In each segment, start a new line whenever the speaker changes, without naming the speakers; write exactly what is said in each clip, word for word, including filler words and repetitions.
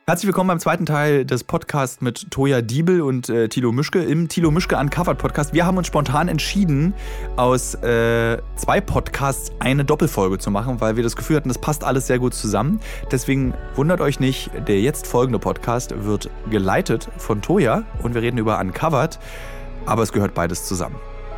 Herzlich willkommen beim zweiten Teil des Podcasts mit Toja Diebel und äh, Thilo Mischke im Thilo Mischke Uncovered Podcast. Wir haben uns spontan entschieden, aus äh, zwei Podcasts eine Doppelfolge zu machen, weil wir das Gefühl hatten, das passt alles sehr gut zusammen. Deswegen wundert euch nicht, der jetzt folgende Podcast wird geleitet von Toja und wir reden über Uncovered, aber es gehört beides zusammen.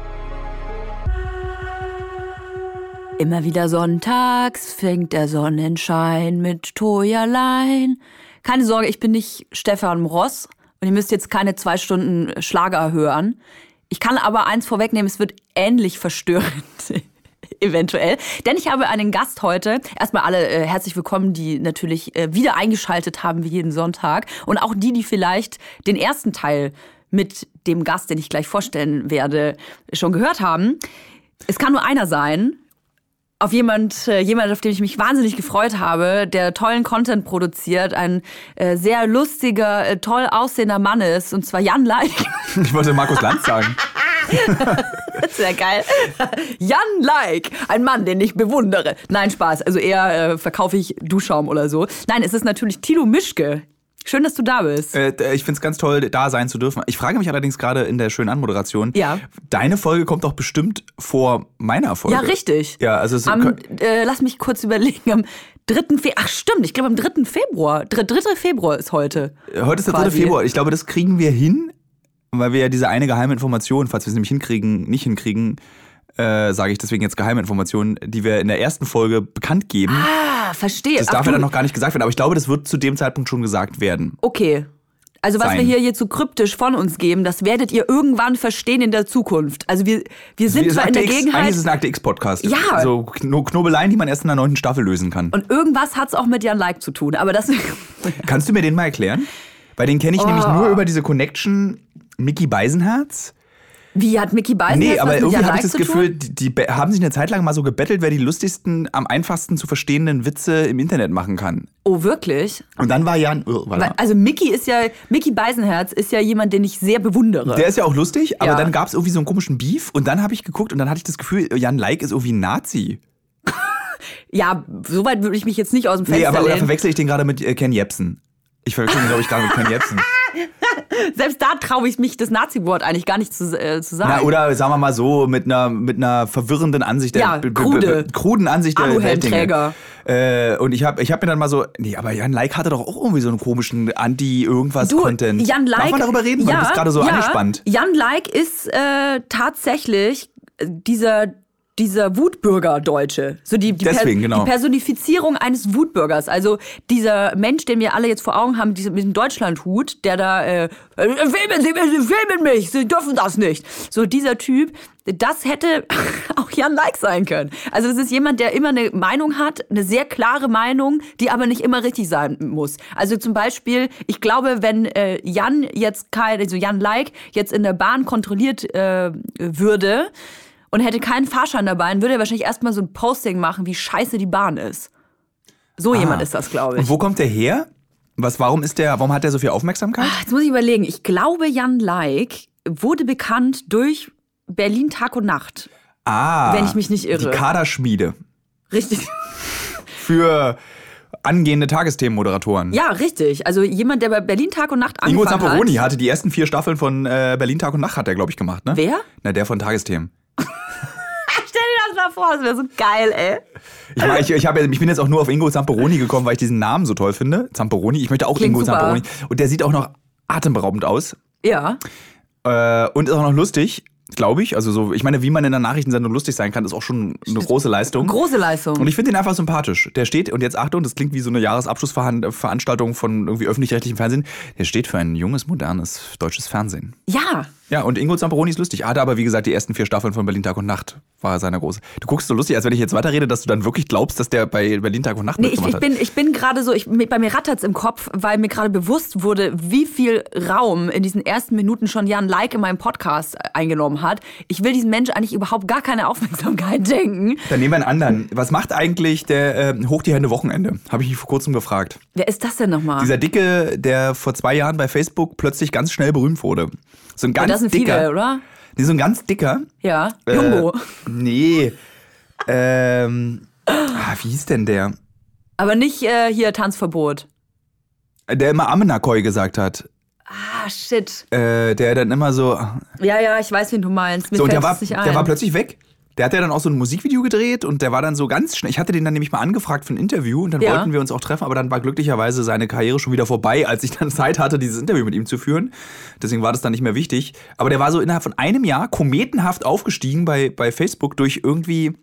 Immer wieder sonntags fängt der Sonnenschein mit Tojalein. Keine Sorge, ich bin nicht Stefan Ross und ihr müsst jetzt keine zwei Stunden Schlager hören. Ich kann aber eins vorwegnehmen, es wird ähnlich verstörend, eventuell. Denn ich habe einen Gast heute. Erstmal alle äh, herzlich willkommen, die natürlich äh, wieder eingeschaltet haben wie jeden Sonntag. Und auch die, die vielleicht den ersten Teil mit dem Gast, den ich gleich vorstellen werde, schon gehört haben. Es kann nur einer sein. Auf jemand, äh, jemand, auf den ich mich wahnsinnig gefreut habe, der tollen Content produziert, ein äh, sehr lustiger, äh, toll aussehender Mann ist, und zwar Jan Like.
Ich wollte Markus Lanz sagen.
Sehr geil. Jan Like, ein Mann, den ich bewundere. Nein, Spaß, also eher äh, verkaufe ich Duschschaum oder so. Nein, es ist natürlich Thilo Mischke. Schön, dass du da bist.
Äh, ich find's ganz toll, da sein zu dürfen. Ich frage mich allerdings gerade in der schönen Anmoderation,
ja.
Deine Folge kommt doch bestimmt vor meiner Folge.
Ja, richtig.
Ja, also es
am, äh, lass mich kurz überlegen, am dritten Februar, ach stimmt, ich glaube am dritten Februar, dritter Februar ist heute.
Heute ist der dritte Februar, ich glaube, das kriegen wir hin, weil wir ja diese eine geheime Information, falls wir es nämlich hinkriegen, nicht hinkriegen, Äh, sage ich deswegen jetzt Geheiminformationen, die wir in der ersten Folge bekannt geben.
Ah, verstehe.
Das
Ach,
darf
du...
ja dann noch gar nicht gesagt werden, aber ich glaube, das wird zu dem Zeitpunkt schon gesagt werden.
Okay. Also was
Sein.
wir hier jetzt so kryptisch von uns geben, das werdet ihr irgendwann verstehen in der Zukunft. Also wir, wir sind zwar in der
X,
Gegenheit...
Eigentlich ist es ein Akte X-Podcast.
Ja.
So Knobeleien, die man erst in der neunten Staffel lösen kann.
Und irgendwas hat's auch mit Jan Like zu tun, aber das...
Kannst du mir den mal erklären? Weil den kenne ich oh. nämlich nur über diese Connection Micky Beisenherz.
Wie hat Micky Beisenherz
Nee, aber irgendwie habe ich das
zu
Gefühl,
tun?
die, die haben sich eine Zeit lang mal so gebettelt, wer die lustigsten, am einfachsten zu verstehenden Witze im Internet machen kann.
Oh, wirklich?
Und dann war Jan... Oh,
Weil, also Micky ist ja, Micky Beisenherz ist ja jemand, den ich sehr bewundere.
Der ist ja auch lustig, aber
ja.
dann gab es irgendwie so einen komischen Beef und dann habe ich geguckt und dann hatte ich das Gefühl, Jan Like ist irgendwie ein Nazi.
Ja, soweit würde ich mich jetzt nicht aus dem Fenster
Nee, aber
lehnen.
oder verwechsel ich den gerade mit äh, Ken Jebsen? Ich verwechsel ihn, glaube ich, gerade mit Ken Jebsen.
Selbst da traue ich mich, das Nazi-Wort eigentlich gar nicht zu, äh, zu sagen.
Na, oder sagen wir mal so, mit einer, mit einer verwirrenden Ansicht, der
ja,
b- b-
krude.
b- kruden Ansicht der
Aluhelmträger.
Äh, und ich habe ich hab mir dann mal so, nee, aber Jan Like hatte doch auch irgendwie so einen komischen Anti-Irgendwas-Content.
Du, Jan Like,
Darf man darüber reden?
Ja,
Weil du bist gerade so
ja,
angespannt.
Jan Like ist äh, tatsächlich dieser... dieser Wutbürger-Deutsche. So die, die,
Deswegen,
per-
genau.
die Personifizierung eines Wutbürgers. Also dieser Mensch, den wir alle jetzt vor Augen haben, dieser, mit dem Deutschlandhut, der da, äh, filmen Sie mich, Sie filmen mich, Sie dürfen das nicht. So dieser Typ, das hätte auch Jan Like sein können. Also das ist jemand, der immer eine Meinung hat, eine sehr klare Meinung, die aber nicht immer richtig sein muss. Also zum Beispiel, ich glaube, wenn äh, Jan jetzt kein, also Jan Like jetzt in der Bahn kontrolliert äh, würde, und hätte keinen Fahrschein dabei, dann würde er wahrscheinlich erstmal so ein Posting machen, wie scheiße die Bahn ist. So ah. jemand ist das, glaube ich.
Und wo kommt der her? Was, warum ist der, warum hat der so viel Aufmerksamkeit?
Ach, jetzt muss ich überlegen. Ich glaube, Jan Like wurde bekannt durch Berlin Tag und Nacht.
Ah.
Wenn ich mich nicht irre.
Die Kaderschmiede.
Richtig.
Für angehende Tagesthemenmoderatoren.
Ja, richtig. Also jemand, der bei Berlin Tag und Nacht angefangen
Ingo
hat.
Zamperoni hatte die ersten vier Staffeln von äh, Berlin Tag und Nacht, hat er, glaube ich, gemacht, ne?
Wer?
Na, der von Tagesthemen.
Stell dir das mal vor, das wäre so geil, ey.
Ich, mein, ich, ich, hab, ich bin jetzt auch nur auf Ingo Zamperoni gekommen, weil ich diesen Namen so toll finde. Zamperoni, ich möchte auch
Klingt
Ingo
super.
Zamperoni. Und der sieht auch noch atemberaubend aus.
Ja.
Äh, und ist auch noch lustig, glaube ich. Also so, ich meine, wie man in einer Nachrichtensendung lustig sein kann, ist auch schon eine große Leistung.
Große Leistung.
Und ich finde ihn einfach sympathisch. Der steht, und jetzt Achtung, das klingt wie so eine Jahresabschlussveranstaltung von irgendwie öffentlich-rechtlichem Fernsehen. Der steht für ein junges, modernes deutsches Fernsehen.
Ja.
Ja, und Ingo Zamperoni ist lustig. Hatte aber, wie gesagt, die ersten vier Staffeln von Berlin Tag und Nacht war seine große. Du guckst so lustig, als wenn ich jetzt weiterrede, dass du dann wirklich glaubst, dass der bei Berlin Tag und Nacht
Nee, ich,
mitgemacht
ich
hat.
bin, ich bin gerade so, ich, bei mir rattert's im Kopf, weil mir gerade bewusst wurde, wie viel Raum in diesen ersten Minuten schon Jan Like in meinem Podcast eingenommen hat. Ich will diesem Mensch eigentlich überhaupt gar keine Aufmerksamkeit schenken.
Dann nehmen wir einen anderen. Was macht eigentlich der äh, Hoch die Hände Wochenende? Habe ich mich vor kurzem gefragt.
Wer ist das denn nochmal?
Dieser Dicke, der vor zwei Jahren bei Facebook plötzlich ganz schnell berühmt wurde. So ein ganz
das sind
dicker.
viele, oder?
Nee, so ein ganz dicker.
Ja,
Äh,
Jumbo.
Nee. ähm. Ah, wie hieß denn der?
Aber nicht äh, hier Tanzverbot.
Der immer Amenakoi gesagt hat.
Ah, shit.
Äh, der dann immer so...
Ja, ja, ich weiß, wen du meinst. Mir
so, und der
fällt
war,
es nicht ein.
der war plötzlich weg. Der hat ja dann auch so ein Musikvideo gedreht und der war dann so ganz schnell. Ich hatte den dann nämlich mal angefragt für ein Interview und dann
Ja.
wollten wir uns auch treffen, aber dann war glücklicherweise seine Karriere schon wieder vorbei, als ich dann Zeit hatte, dieses Interview mit ihm zu führen. Deswegen war das dann nicht mehr wichtig. Aber der war so innerhalb von einem Jahr kometenhaft aufgestiegen bei, bei Facebook durch irgendwie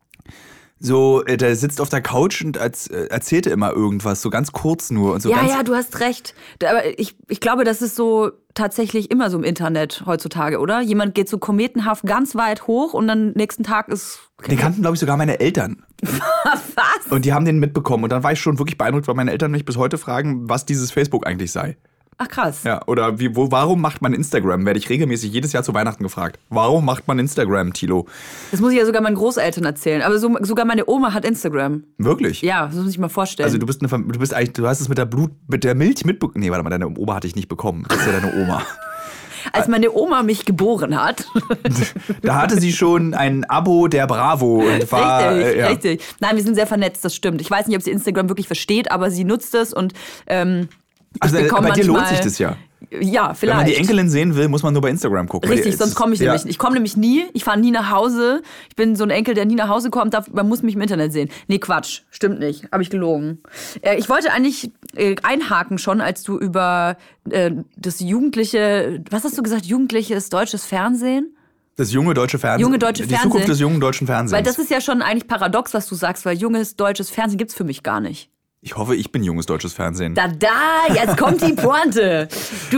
so, äh, der sitzt auf der Couch und als, äh, erzählte immer irgendwas, so ganz kurz nur. Und so
ja,
ganz
ja, du hast recht. Da- Aber ich, ich glaube, das ist so tatsächlich immer so im Internet heutzutage, oder? Jemand geht so kometenhaft ganz weit hoch und dann nächsten Tag ist...
Den kannten, glaube ich, sogar meine Eltern.
Was?
Und die haben den mitbekommen. Und dann war ich schon wirklich beeindruckt, weil meine Eltern mich bis heute fragen, was dieses Facebook eigentlich sei.
Ach, krass.
Ja, oder wie, wo, warum macht man Instagram? Werde ich regelmäßig jedes Jahr zu Weihnachten gefragt. Warum macht man Instagram, Thilo?
Das muss ich ja sogar meinen Großeltern erzählen. Aber so, sogar meine Oma hat Instagram.
Wirklich?
Ja, das muss ich mal vorstellen.
Also du bist eine, Fam- du bist eigentlich, du hast es mit der Blut, mit der Milch mitbekommen. Nee, warte mal, deine Oma hatte ich nicht bekommen. Das ist ja deine Oma.
Als meine Oma mich geboren hat.
Da hatte sie schon ein Abo der Bravo und war.
richtig,
äh, ja.
richtig. Nein, wir sind sehr vernetzt, das stimmt. Ich weiß nicht, ob sie Instagram wirklich versteht, aber sie nutzt es und ähm, ich
Also
bekomme
bei dir lohnt
manchmal-
sich das ja.
Ja, vielleicht.
Wenn man die Enkelin sehen will, muss man nur bei Instagram gucken.
Richtig,
Weil
sonst
es-
komme ich
ja.
nämlich nicht. Ich komme nämlich nie, ich fahre nie nach Hause. Ich bin so ein Enkel, der nie nach Hause kommt, darf- man muss mich im Internet sehen. Nee, Quatsch, stimmt nicht, habe ich gelogen. Äh, ich wollte eigentlich äh, einhaken schon, als du über äh, das jugendliche, was hast du gesagt, jugendliches deutsches Fernsehen?
Das junge deutsche Fernsehen.
Junge deutsche
die
Fernsehen.
Zukunft des jungen deutschen Fernsehens.
Weil das ist ja schon eigentlich paradox, was du sagst, weil junges deutsches Fernsehen gibt's für mich gar nicht.
Ich hoffe, ich bin junges deutsches Fernsehen.
Da, da, jetzt kommt die Pointe. Du,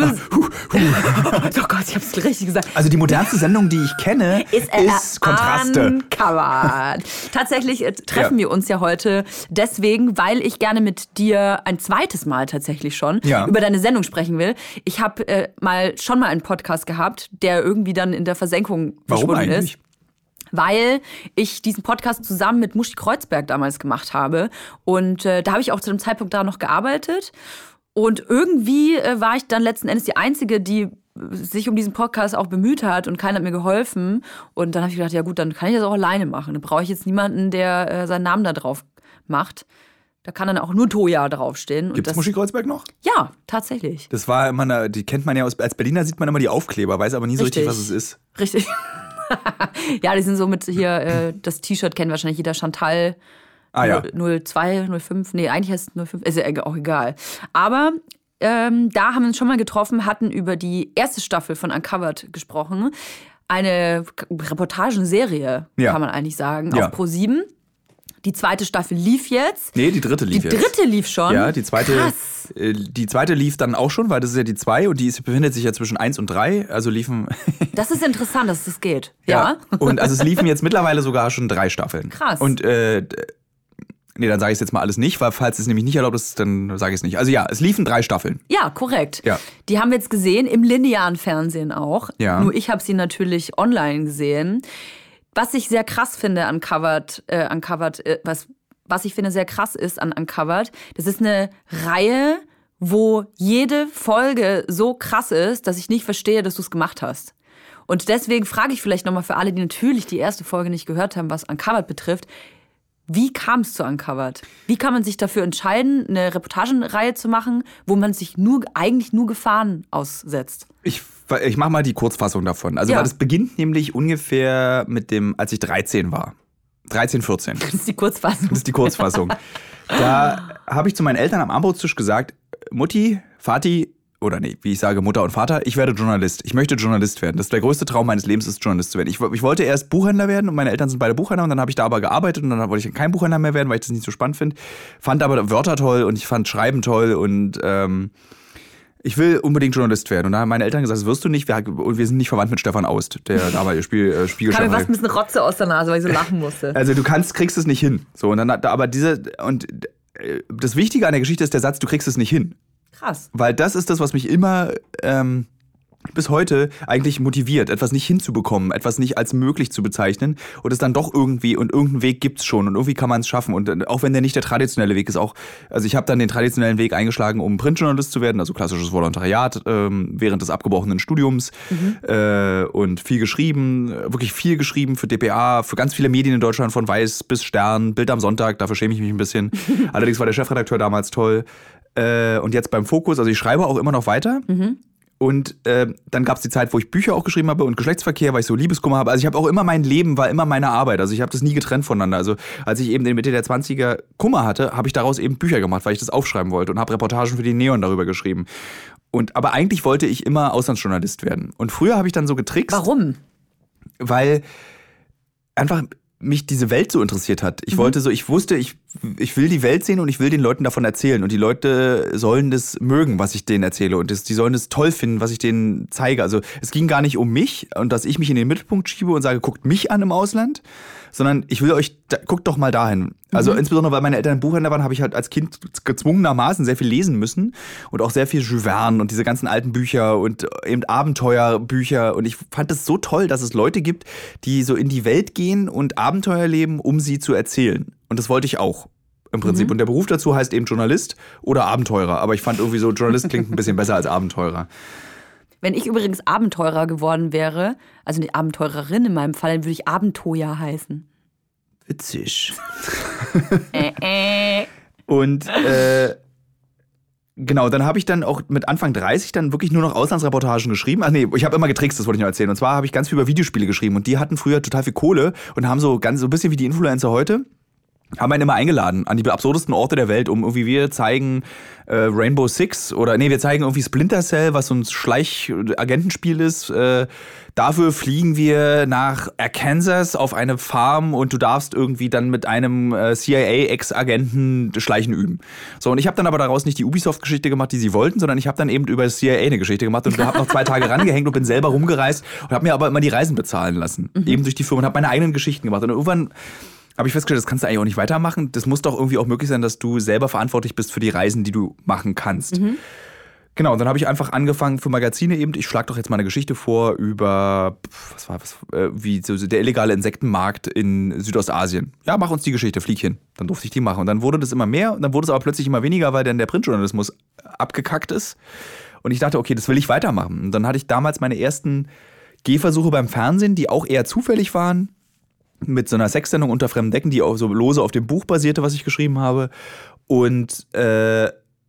oh Gott, ich hab's richtig gesagt.
Also die modernste Sendung, die ich kenne, ist,
äh,
Kontraste.
Uncovered. Tatsächlich äh, treffen
Ja.
wir uns ja heute deswegen, weil ich gerne mit dir ein zweites Mal tatsächlich schon
Ja.
über deine Sendung sprechen will. Ich habe äh, mal schon mal einen Podcast gehabt, der irgendwie dann in der Versenkung
Warum
verschwunden
eigentlich?
ist. Weil ich diesen Podcast zusammen mit Muschi Kreuzberg damals gemacht habe. Und äh, da habe ich auch zu dem Zeitpunkt da noch gearbeitet. Und irgendwie äh, war ich dann letzten Endes die Einzige, die sich um diesen Podcast auch bemüht hat und keiner hat mir geholfen. Und dann habe ich gedacht, ja gut, dann kann ich das auch alleine machen. Dann brauche ich jetzt niemanden, der äh, seinen Namen da drauf macht. Da kann dann auch nur Toja draufstehen. Und
Gibt's
das-
Muschi Kreuzberg noch?
Ja, tatsächlich.
Das war immer, eine, die kennt man ja aus, als Berliner sieht man immer die Aufkleber, weiß aber nie so richtig,
Richtig.
was es ist.
Richtig. Ja, die sind so mit hier, äh, das T-Shirt kennt wahrscheinlich jeder, Chantal
Ah ja.
null zwei, null fünf, nee, eigentlich heißt es null fünf, ist ja auch egal. Aber ähm, da haben wir uns schon mal getroffen, hatten über die erste Staffel von Uncovered gesprochen. Eine K- Reportagenserie,
Ja.
kann man eigentlich sagen,
Ja.
auf Pro sieben. Die zweite Staffel lief jetzt.
Nee, die dritte lief
Die
jetzt.
dritte lief schon.
Ja, die zweite,
Krass.
äh, die zweite lief dann auch schon, weil das ist ja die zwei und die ist, befindet sich ja zwischen eins und drei. Also liefen.
Das ist interessant, dass das geht. Ja.
Und also es liefen jetzt mittlerweile sogar schon drei Staffeln.
Krass.
Und äh, d- nee, dann sage ich es jetzt mal alles nicht, weil falls es nämlich nicht erlaubt ist, dann sage ich es nicht. Also ja, es liefen drei Staffeln.
Ja, korrekt.
Ja.
Die haben wir jetzt gesehen, im linearen Fernsehen auch.
Ja.
Nur ich habe sie natürlich online gesehen. Was ich sehr krass finde an Uncovered, äh, Uncovered äh, was, was ich finde sehr krass ist an Uncovered, das ist eine Reihe, wo jede Folge so krass ist, dass ich nicht verstehe, dass du es gemacht hast. Und deswegen frage ich vielleicht nochmal für alle, die natürlich die erste Folge nicht gehört haben, was Uncovered betrifft, wie kam es zu Uncovered? Wie kann man sich dafür entscheiden, eine Reportagenreihe zu machen, wo man sich nur eigentlich nur Gefahren aussetzt?
Ich, ich mache mal die Kurzfassung davon. Also
Ja.
weil das beginnt nämlich ungefähr mit dem, als ich dreizehn war. dreizehn, vierzehn.
Das ist die Kurzfassung.
Das ist die Kurzfassung. Da habe ich zu meinen Eltern am Armbrotstisch gesagt, Mutti, Vati, oder nee, wie ich sage, Mutter und Vater, ich werde Journalist. Ich möchte Journalist werden. Das ist der größte Traum meines Lebens, ist Journalist zu werden. Ich, ich wollte erst Buchhändler werden und meine Eltern sind beide Buchhändler und dann habe ich da aber gearbeitet und dann wollte ich kein Buchhändler mehr werden, weil ich das nicht so spannend finde. Fand aber Wörter toll und ich fand Schreiben toll und ähm, ich will unbedingt Journalist werden. Und da haben meine Eltern gesagt, das wirst du nicht. Wir, und wir sind nicht verwandt mit Stefan Aust, der damalige Spiel, äh,
Kam mir
Spiegelchef.
fast ein bisschen Rotze aus der Nase, weil ich so lachen musste.
Also du kannst, kriegst es nicht hin. So, und dann, aber diese, und äh, das Wichtige an der Geschichte ist der Satz, du kriegst es nicht hin.
Krass.
Weil das ist das, was mich immer ähm, bis heute eigentlich motiviert, etwas nicht hinzubekommen, etwas nicht als möglich zu bezeichnen und es dann doch irgendwie, und irgendeinen Weg gibt's schon und irgendwie kann man es schaffen und äh, auch wenn der nicht der traditionelle Weg ist, auch, also ich habe dann den traditionellen Weg eingeschlagen, um Printjournalist zu werden, also klassisches Volontariat ähm, während des abgebrochenen Studiums
Mhm.
äh, und viel geschrieben, wirklich viel geschrieben für D P A, für ganz viele Medien in Deutschland, von Weiß bis Stern, Bild am Sonntag, dafür schäme ich mich ein bisschen. Allerdings war der Chefredakteur damals toll. Äh, und jetzt beim Fokus, also ich schreibe auch immer noch weiter.
Mhm.
Und äh, dann gab es die Zeit, wo ich Bücher auch geschrieben habe und Geschlechtsverkehr, weil ich so Liebeskummer habe. Also ich habe auch immer, mein Leben war immer meine Arbeit. Also ich habe das nie getrennt voneinander. Also als ich eben in Mitte der zwanziger Kummer hatte, habe ich daraus eben Bücher gemacht, weil ich das aufschreiben wollte und habe Reportagen für die Neon darüber geschrieben. Und, aber eigentlich wollte ich immer Auslandsjournalist werden. Und früher habe ich dann so getrickst.
Warum?
Weil einfach mich diese Welt so interessiert hat. Ich mhm. wollte so, ich wusste, ich, ich will die Welt sehen und ich will den Leuten davon erzählen. Und die Leute sollen das mögen, was ich denen erzähle. Und das, die sollen es toll finden, was ich denen zeige. Also es ging gar nicht um mich und dass ich mich in den Mittelpunkt schiebe und sage, guckt mich an im Ausland, sondern ich will euch, da, guckt doch mal dahin. Also mhm. insbesondere, weil meine Eltern Buchhändler waren, habe ich halt als Kind gezwungenermaßen sehr viel lesen müssen und auch sehr viel Jules Verne und diese ganzen alten Bücher und eben Abenteuerbücher. Und ich fand es so toll, dass es Leute gibt, die so in die Welt gehen und Abenteuer leben, um sie zu erzählen. Und das wollte ich auch im Prinzip. Mhm. Und der Beruf dazu heißt eben Journalist oder Abenteurer. Aber ich fand irgendwie so, Journalist klingt ein bisschen besser als Abenteurer.
Wenn ich übrigens Abenteurer geworden wäre, also eine Abenteurerin in meinem Fall, dann würde ich Abenteuer heißen.
Witzig. Und äh, genau, dann habe ich dann auch mit Anfang dreißig dann wirklich nur noch Auslandsreportagen geschrieben. Ach nee, ich habe immer getrickst, das wollte ich noch erzählen. Und zwar habe ich ganz viel über Videospiele geschrieben und die hatten früher total viel Kohle und haben so ganz so ein bisschen wie die Influencer heute, haben einen immer eingeladen an die absurdesten Orte der Welt, um irgendwie wir zeigen äh, Rainbow Six oder nee, wir zeigen irgendwie Splinter Cell, was so ein Schleich-Agentenspiel ist. Äh, dafür fliegen wir nach Arkansas auf eine Farm und du darfst irgendwie dann mit einem äh, C I A-Ex-Agenten Schleichen üben. So, und ich habe dann aber daraus nicht die Ubisoft-Geschichte gemacht, die sie wollten, sondern ich habe dann eben über C I A eine Geschichte gemacht und habe noch zwei Tage rangehängt und bin selber rumgereist und habe mir aber immer die Reisen bezahlen lassen. Mhm. Eben durch die Firma und habe meine eigenen Geschichten gemacht. Und irgendwann habe ich festgestellt, das kannst du eigentlich auch nicht weitermachen. Das muss doch irgendwie auch möglich sein, dass du selber verantwortlich bist für die Reisen, die du machen kannst. Mhm. Genau, und dann habe ich einfach angefangen für Magazine eben, ich schlage doch jetzt mal eine Geschichte vor über, was war was, äh, wie so der illegale Insektenmarkt in Südostasien. Ja, mach uns die Geschichte, flieg hin. Dann durfte ich die machen. Und dann wurde das immer mehr und dann wurde es aber plötzlich immer weniger, weil dann der Printjournalismus abgekackt ist. Und ich dachte, okay, das will ich weitermachen. Und dann hatte ich damals meine ersten Gehversuche beim Fernsehen, die auch eher zufällig waren, mit so einer Sexsendung unter fremden Decken, die auch so lose auf dem Buch basierte, was ich geschrieben habe. Und äh,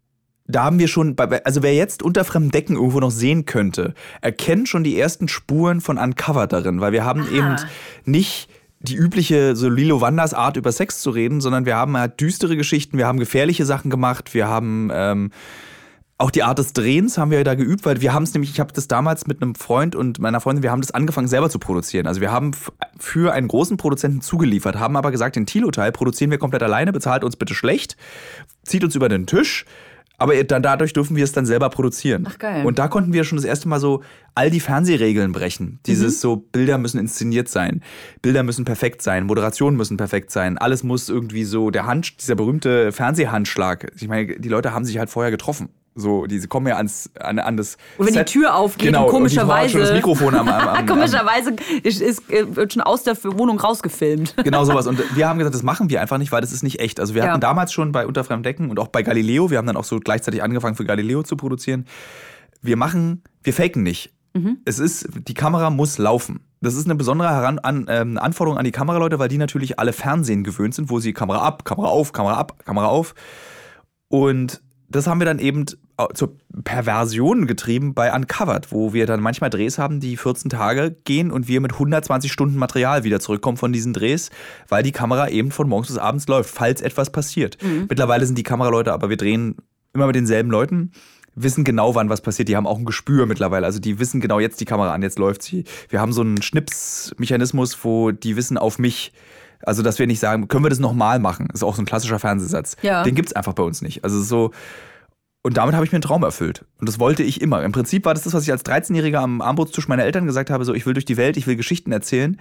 da haben wir schon, also wer jetzt unter fremden Decken irgendwo noch sehen könnte, erkennt schon die ersten Spuren von Uncovered darin, weil wir haben Aha. eben nicht die übliche so Lilo Wanders Art über Sex zu reden, sondern wir haben halt düstere Geschichten, wir haben gefährliche Sachen gemacht, wir haben ähm, auch die Art des Drehens haben wir da geübt, weil wir haben es nämlich, ich habe das damals mit einem Freund und meiner Freundin, wir haben das angefangen selber zu produzieren. Also wir haben f- für einen großen Produzenten zugeliefert, haben aber gesagt, den Thilo-Teil produzieren wir komplett alleine, bezahlt uns bitte schlecht, zieht uns über den Tisch, aber dann dadurch dürfen wir es dann selber produzieren.
Ach geil.
Und da konnten wir schon das erste Mal so all die Fernsehregeln brechen. Dieses mhm. so, Bilder müssen inszeniert sein, Bilder müssen perfekt sein, Moderationen müssen perfekt sein, alles muss irgendwie so, der Hand, dieser berühmte Fernsehhandschlag, ich meine, die Leute haben sich halt vorher getroffen. So, die kommen ja ans, an, an das
Und wenn
Set.
die Tür aufgeht,
genau,
und komischerweise...
Und schon das Mikrofon am... am, am
komischerweise ist, ist, wird schon aus der Wohnung rausgefilmt.
Genau sowas. Und wir haben gesagt, das machen wir einfach nicht, weil das ist nicht echt. Also wir ja. hatten damals schon bei Unter fremden Decken und auch bei Galileo, wir haben dann auch so gleichzeitig angefangen für Galileo zu produzieren. Wir machen, wir faken nicht. Mhm. Es ist, die Kamera muss laufen. Das ist eine besondere Heran, an, ähm, Anforderung an die Kameraleute, weil die natürlich alle Fernsehen gewöhnt sind, wo sie Kamera ab, Kamera auf, Kamera ab, Kamera auf. Und das haben wir dann eben zur Perversion getrieben bei Uncovered, wo wir dann manchmal Drehs haben, die vierzehn Tage gehen und wir mit hundertzwanzig Stunden Material wieder zurückkommen von diesen Drehs, weil die Kamera eben von morgens bis abends läuft, falls etwas passiert. Mhm. Mittlerweile sind die Kameraleute, aber wir drehen immer mit denselben Leuten, wissen genau, wann was passiert. Die haben auch ein Gespür mittlerweile. Also die wissen genau, jetzt die Kamera an, jetzt läuft sie. Wir haben so einen Schnipsmechanismus, wo die wissen auf mich. Also, dass wir nicht sagen, können wir das nochmal machen? Das ist auch so ein klassischer Fernsehsatz. Ja. Den gibt's einfach bei uns nicht. Also so. Und damit habe ich mir einen Traum erfüllt. Und das wollte ich immer. Im Prinzip war das das, was ich als dreizehnjähriger am Armbrotstisch meiner Eltern gesagt habe, so, ich will durch die Welt, ich will Geschichten erzählen.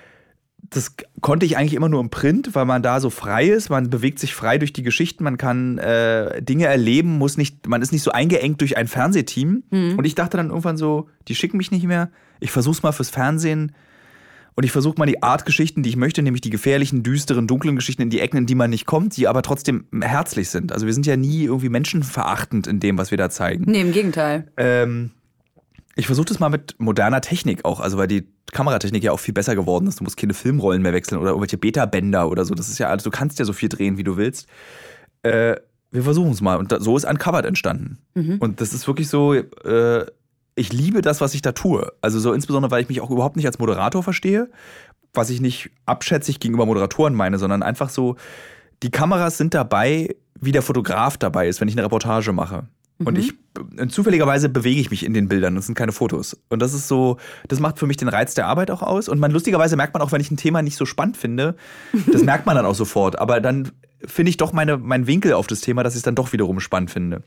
Das konnte ich eigentlich immer nur im Print, weil man da so frei ist. Man bewegt sich frei durch die Geschichten, man kann äh, Dinge erleben, muss nicht, man ist nicht so eingeengt durch ein Fernsehteam. Mhm. Und ich dachte dann irgendwann so, die schicken mich nicht mehr. Ich versuch's mal fürs Fernsehen. Und ich versuche mal die Art Geschichten, die ich möchte, nämlich die gefährlichen, düsteren, dunklen Geschichten in die Ecken, in die man nicht kommt, die aber trotzdem herzlich sind. Also wir sind ja nie irgendwie menschenverachtend in dem, was wir da zeigen.
Nee, im Gegenteil.
Ähm, ich versuche das mal mit moderner Technik auch, also weil die Kameratechnik ja auch viel besser geworden ist. Du musst keine Filmrollen mehr wechseln oder irgendwelche Beta-Bänder oder so. Das ist ja, also du kannst ja so viel drehen, wie du willst. Äh, wir versuchen es mal. Und da, so ist Uncovered entstanden. Mhm. Und das ist wirklich so, äh, ich liebe das, was ich da tue. Also so insbesondere, weil ich mich auch überhaupt nicht als Moderator verstehe, was ich nicht abschätzig gegenüber Moderatoren meine, sondern einfach so, die Kameras sind dabei, wie der Fotograf dabei ist, wenn ich eine Reportage mache. Mhm. Und ich, und zufälligerweise bewege ich mich in den Bildern, das sind keine Fotos. Und das ist so, das macht für mich den Reiz der Arbeit auch aus. Und man, lustigerweise merkt man auch, wenn ich ein Thema nicht so spannend finde, das merkt man dann auch sofort. Aber dann finde ich doch meine, meinen Winkel auf das Thema, dass ich es dann doch wiederum spannend finde.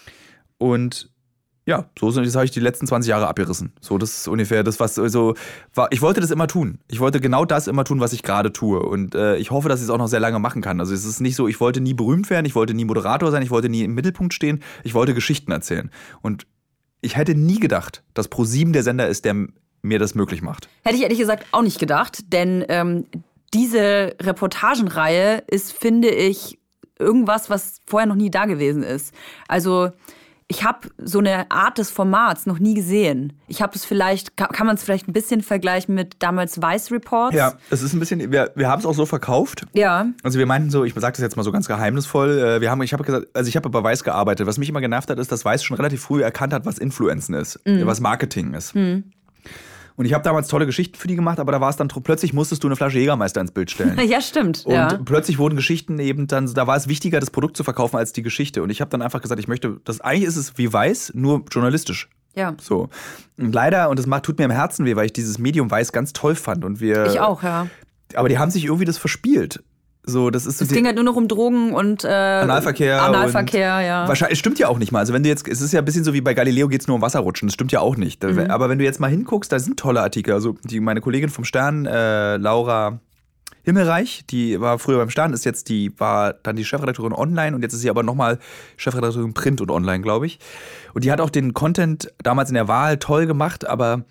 Und ja, so das habe ich die letzten zwanzig Jahre abgerissen. So, das ist ungefähr das, was so war. Ich wollte das immer tun. Ich wollte genau das immer tun, was ich gerade tue. Und äh, ich hoffe, dass ich es auch noch sehr lange machen kann. Also es ist nicht so, ich wollte nie berühmt werden, ich wollte nie Moderator sein, ich wollte nie im Mittelpunkt stehen, ich wollte Geschichten erzählen. Und ich hätte nie gedacht, dass ProSieben der Sender ist, der mir das möglich macht.
Hätte ich ehrlich gesagt auch nicht gedacht, denn ähm, diese Reportagenreihe ist, finde ich, irgendwas, was vorher noch nie da gewesen ist. Also ich habe so eine Art des Formats noch nie gesehen. Ich habe es vielleicht, kann, kann man es vielleicht ein bisschen vergleichen mit damals Vice Reports?
Ja, es ist ein bisschen, wir, wir haben es auch so verkauft.
Ja.
Also wir meinten so, ich sage das jetzt mal so ganz geheimnisvoll, wir haben, ich habe gesagt, also ich habe bei Vice gearbeitet. Was mich immer genervt hat, ist, dass Vice schon relativ früh erkannt hat, was Influencen ist, mhm. was Marketing ist. Mhm. Und ich habe damals tolle Geschichten für die gemacht, aber da war es dann, plötzlich musstest du eine Flasche Jägermeister ins Bild stellen.
Ja, stimmt.
Und
ja.
plötzlich wurden Geschichten eben dann, da war es wichtiger, das Produkt zu verkaufen als die Geschichte. Und ich habe dann einfach gesagt, ich möchte, das eigentlich ist es wie Weiß, nur journalistisch.
Ja.
So. Und leider, und das macht, tut mir im Herzen weh, weil ich dieses Medium Weiß ganz toll fand. Und wir,
ich auch, ja.
Aber die haben sich irgendwie das verspielt. So, das ist so
es ging halt nur noch um Drogen und äh,
Analverkehr.
Analverkehr,
und
ja.
Wahrscheinlich, es stimmt ja auch nicht mal. Also wenn du jetzt, es ist ja ein bisschen so wie bei Galileo, geht es nur um Wasserrutschen. Das stimmt ja auch nicht. Mhm. Aber wenn du jetzt mal hinguckst, da sind tolle Artikel. Also die, meine Kollegin vom Stern, äh, Laura Himmelreich, die war früher beim Stern, ist jetzt die, war dann die Chefredakteurin online und jetzt ist sie aber nochmal Chefredakteurin Print und Online, glaube ich. Und die hat auch den Content damals in der Wahl toll gemacht, aber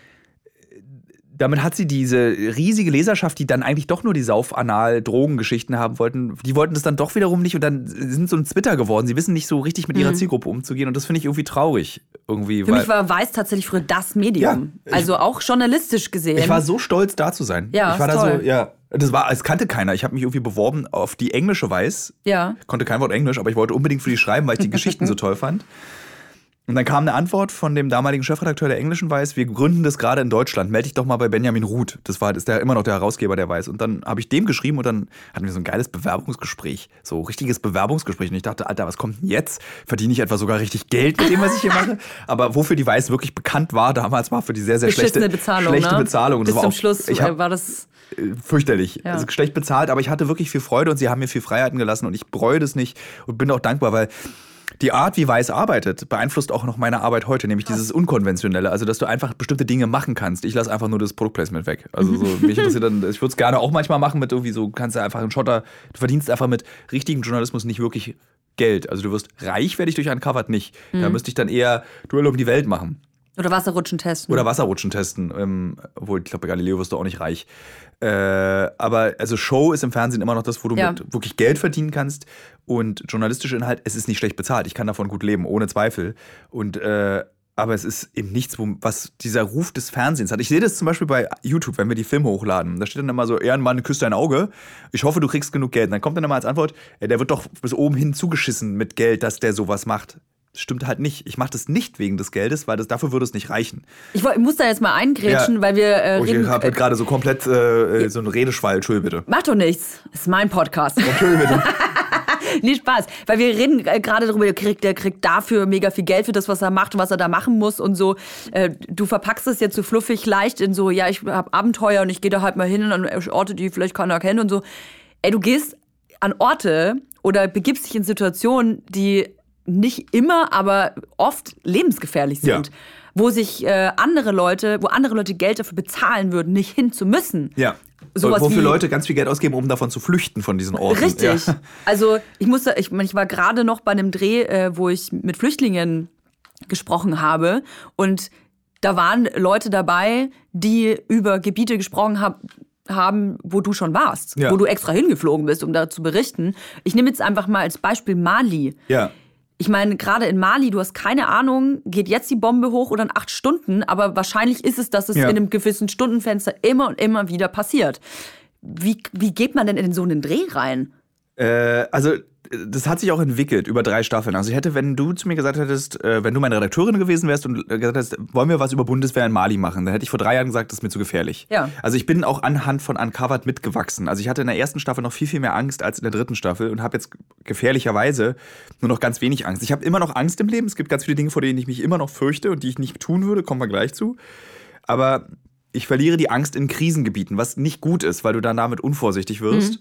damit hat sie diese riesige Leserschaft, die dann eigentlich doch nur die Sauf-Anal-Drogengeschichten haben wollten, die wollten das dann doch wiederum nicht und dann sind so ein Twitter geworden. Sie wissen nicht so richtig mit ihrer mhm. Zielgruppe umzugehen und das finde ich irgendwie traurig. Irgendwie,
Für mich war Weiß tatsächlich früher das Medium. Ja, also auch journalistisch gesehen.
Ich war so stolz, da zu sein.
Ja,
ich war
da
so, ja. Das war, es kannte keiner. Ich habe mich irgendwie beworben auf die englische Weiß.
Ja.
Konnte kein Wort Englisch, aber ich wollte unbedingt für die schreiben, weil ich die Geschichten so toll fand. Und dann kam eine Antwort von dem damaligen Chefredakteur der englischen Weiß, wir gründen das gerade in Deutschland, melde dich doch mal bei Benjamin Ruth. Das war, ist der immer noch der Herausgeber der Weiß. Und dann habe ich dem geschrieben und dann hatten wir so ein geiles Bewerbungsgespräch, so richtiges Bewerbungsgespräch. Und ich dachte, Alter, was kommt denn jetzt? Verdiene ich etwa sogar richtig Geld mit dem, was ich hier mache? Aber wofür die Weiß wirklich bekannt war damals, war für die sehr, sehr schlechte
Bezahlung,
schlechte
ne?
Bezahlung. Und
Bis
das war
zum
auch,
Schluss
ich hab,
war das
fürchterlich.
Ja.
Also schlecht bezahlt, aber ich hatte wirklich viel Freude und sie haben mir viel Freiheiten gelassen und ich bereue das nicht und bin auch dankbar, weil die Art, wie Weiß arbeitet, beeinflusst auch noch meine Arbeit heute, nämlich dieses Unkonventionelle, also dass du einfach bestimmte Dinge machen kannst. Ich lasse einfach nur das Produktplacement weg. Also so, mich interessiert dann, ich würde es gerne auch manchmal machen mit irgendwie so, kannst du einfach einen Schotter, du verdienst einfach mit richtigem Journalismus nicht wirklich Geld. Also du wirst reich, werde ich durch Uncovered nicht. Mhm. Da müsste ich dann eher Duelle um die Welt machen.
Oder Wasserrutschen testen.
Oder Wasserrutschen testen. Ähm, obwohl, ich glaube, bei Galileo wirst du auch nicht reich. Äh, aber also Show ist im Fernsehen immer noch das, wo du ja. mit wirklich Geld verdienen kannst. Und journalistischer Inhalt, es ist nicht schlecht bezahlt. Ich kann davon gut leben, ohne Zweifel. Und äh, aber es ist eben nichts, wo, was dieser Ruf des Fernsehens hat. Ich sehe das zum Beispiel bei YouTube, wenn wir die Filme hochladen. Da steht dann immer so, Ehrenmann, küsst dein Auge. Ich hoffe, du kriegst genug Geld. Und dann kommt dann immer als Antwort, ja, der wird doch bis oben hin zugeschissen mit Geld, dass der sowas macht. Das stimmt halt nicht. Ich mache das nicht wegen des Geldes, weil das, dafür würde es nicht reichen.
Ich, ich muss da jetzt mal eingrätschen, ja. weil wir äh,
oh,
reden...
Ich habe äh, gerade so komplett äh, so einen Redeschwall. Entschuldigung bitte.
Macht doch nichts. Das ist mein Podcast.
Entschuldigung bitte.
Nee, Spaß. Weil wir reden äh, gerade darüber, der kriegt, der kriegt dafür mega viel Geld für das, was er macht und was er da machen muss und so. Äh, du verpackst es jetzt so fluffig leicht in so, ja, ich habe Abenteuer und ich gehe da halt mal hin an Orte, die vielleicht keiner kennt und so. Ey, du gehst an Orte oder begibst dich in Situationen, die nicht immer, aber oft lebensgefährlich sind. Ja. Wo sich äh, andere Leute, wo andere Leute Geld dafür bezahlen würden, nicht hin zu müssen.
Ja. Sowas wofür wie, Leute ganz viel Geld ausgeben, um davon zu flüchten von diesen Orten.
Richtig.
Ja.
Also ich musste, ich, ich war gerade noch bei einem Dreh, äh, wo ich mit Flüchtlingen gesprochen habe und da waren Leute dabei, die über Gebiete gesprochen haben, haben, wo du schon warst, ja. wo du extra hingeflogen bist, um da zu berichten. Ich nehme jetzt einfach mal als Beispiel Mali.
Ja.
Ich meine, gerade in Mali, du hast keine Ahnung, geht jetzt die Bombe hoch oder in acht Stunden, aber wahrscheinlich ist es, dass es ja. in einem gewissen Stundenfenster immer und immer wieder passiert. Wie, wie geht man denn in so einen Dreh rein?
Äh, also das hat sich auch entwickelt über drei Staffeln. Also ich hätte, wenn du zu mir gesagt hättest, äh, wenn du meine Redakteurin gewesen wärst und gesagt hättest, wollen wir was über Bundeswehr in Mali machen, dann hätte ich vor drei Jahren gesagt, das ist mir zu gefährlich.
Ja.
Also ich bin auch anhand von Uncovered mitgewachsen. Also ich hatte in der ersten Staffel noch viel, viel mehr Angst als in der dritten Staffel und habe jetzt gefährlicherweise nur noch ganz wenig Angst. Ich habe immer noch Angst im Leben. Es gibt ganz viele Dinge, vor denen ich mich immer noch fürchte und die ich nicht tun würde, kommen wir gleich zu. Aber ich verliere die Angst in Krisengebieten, was nicht gut ist, weil du dann damit unvorsichtig wirst. Mhm.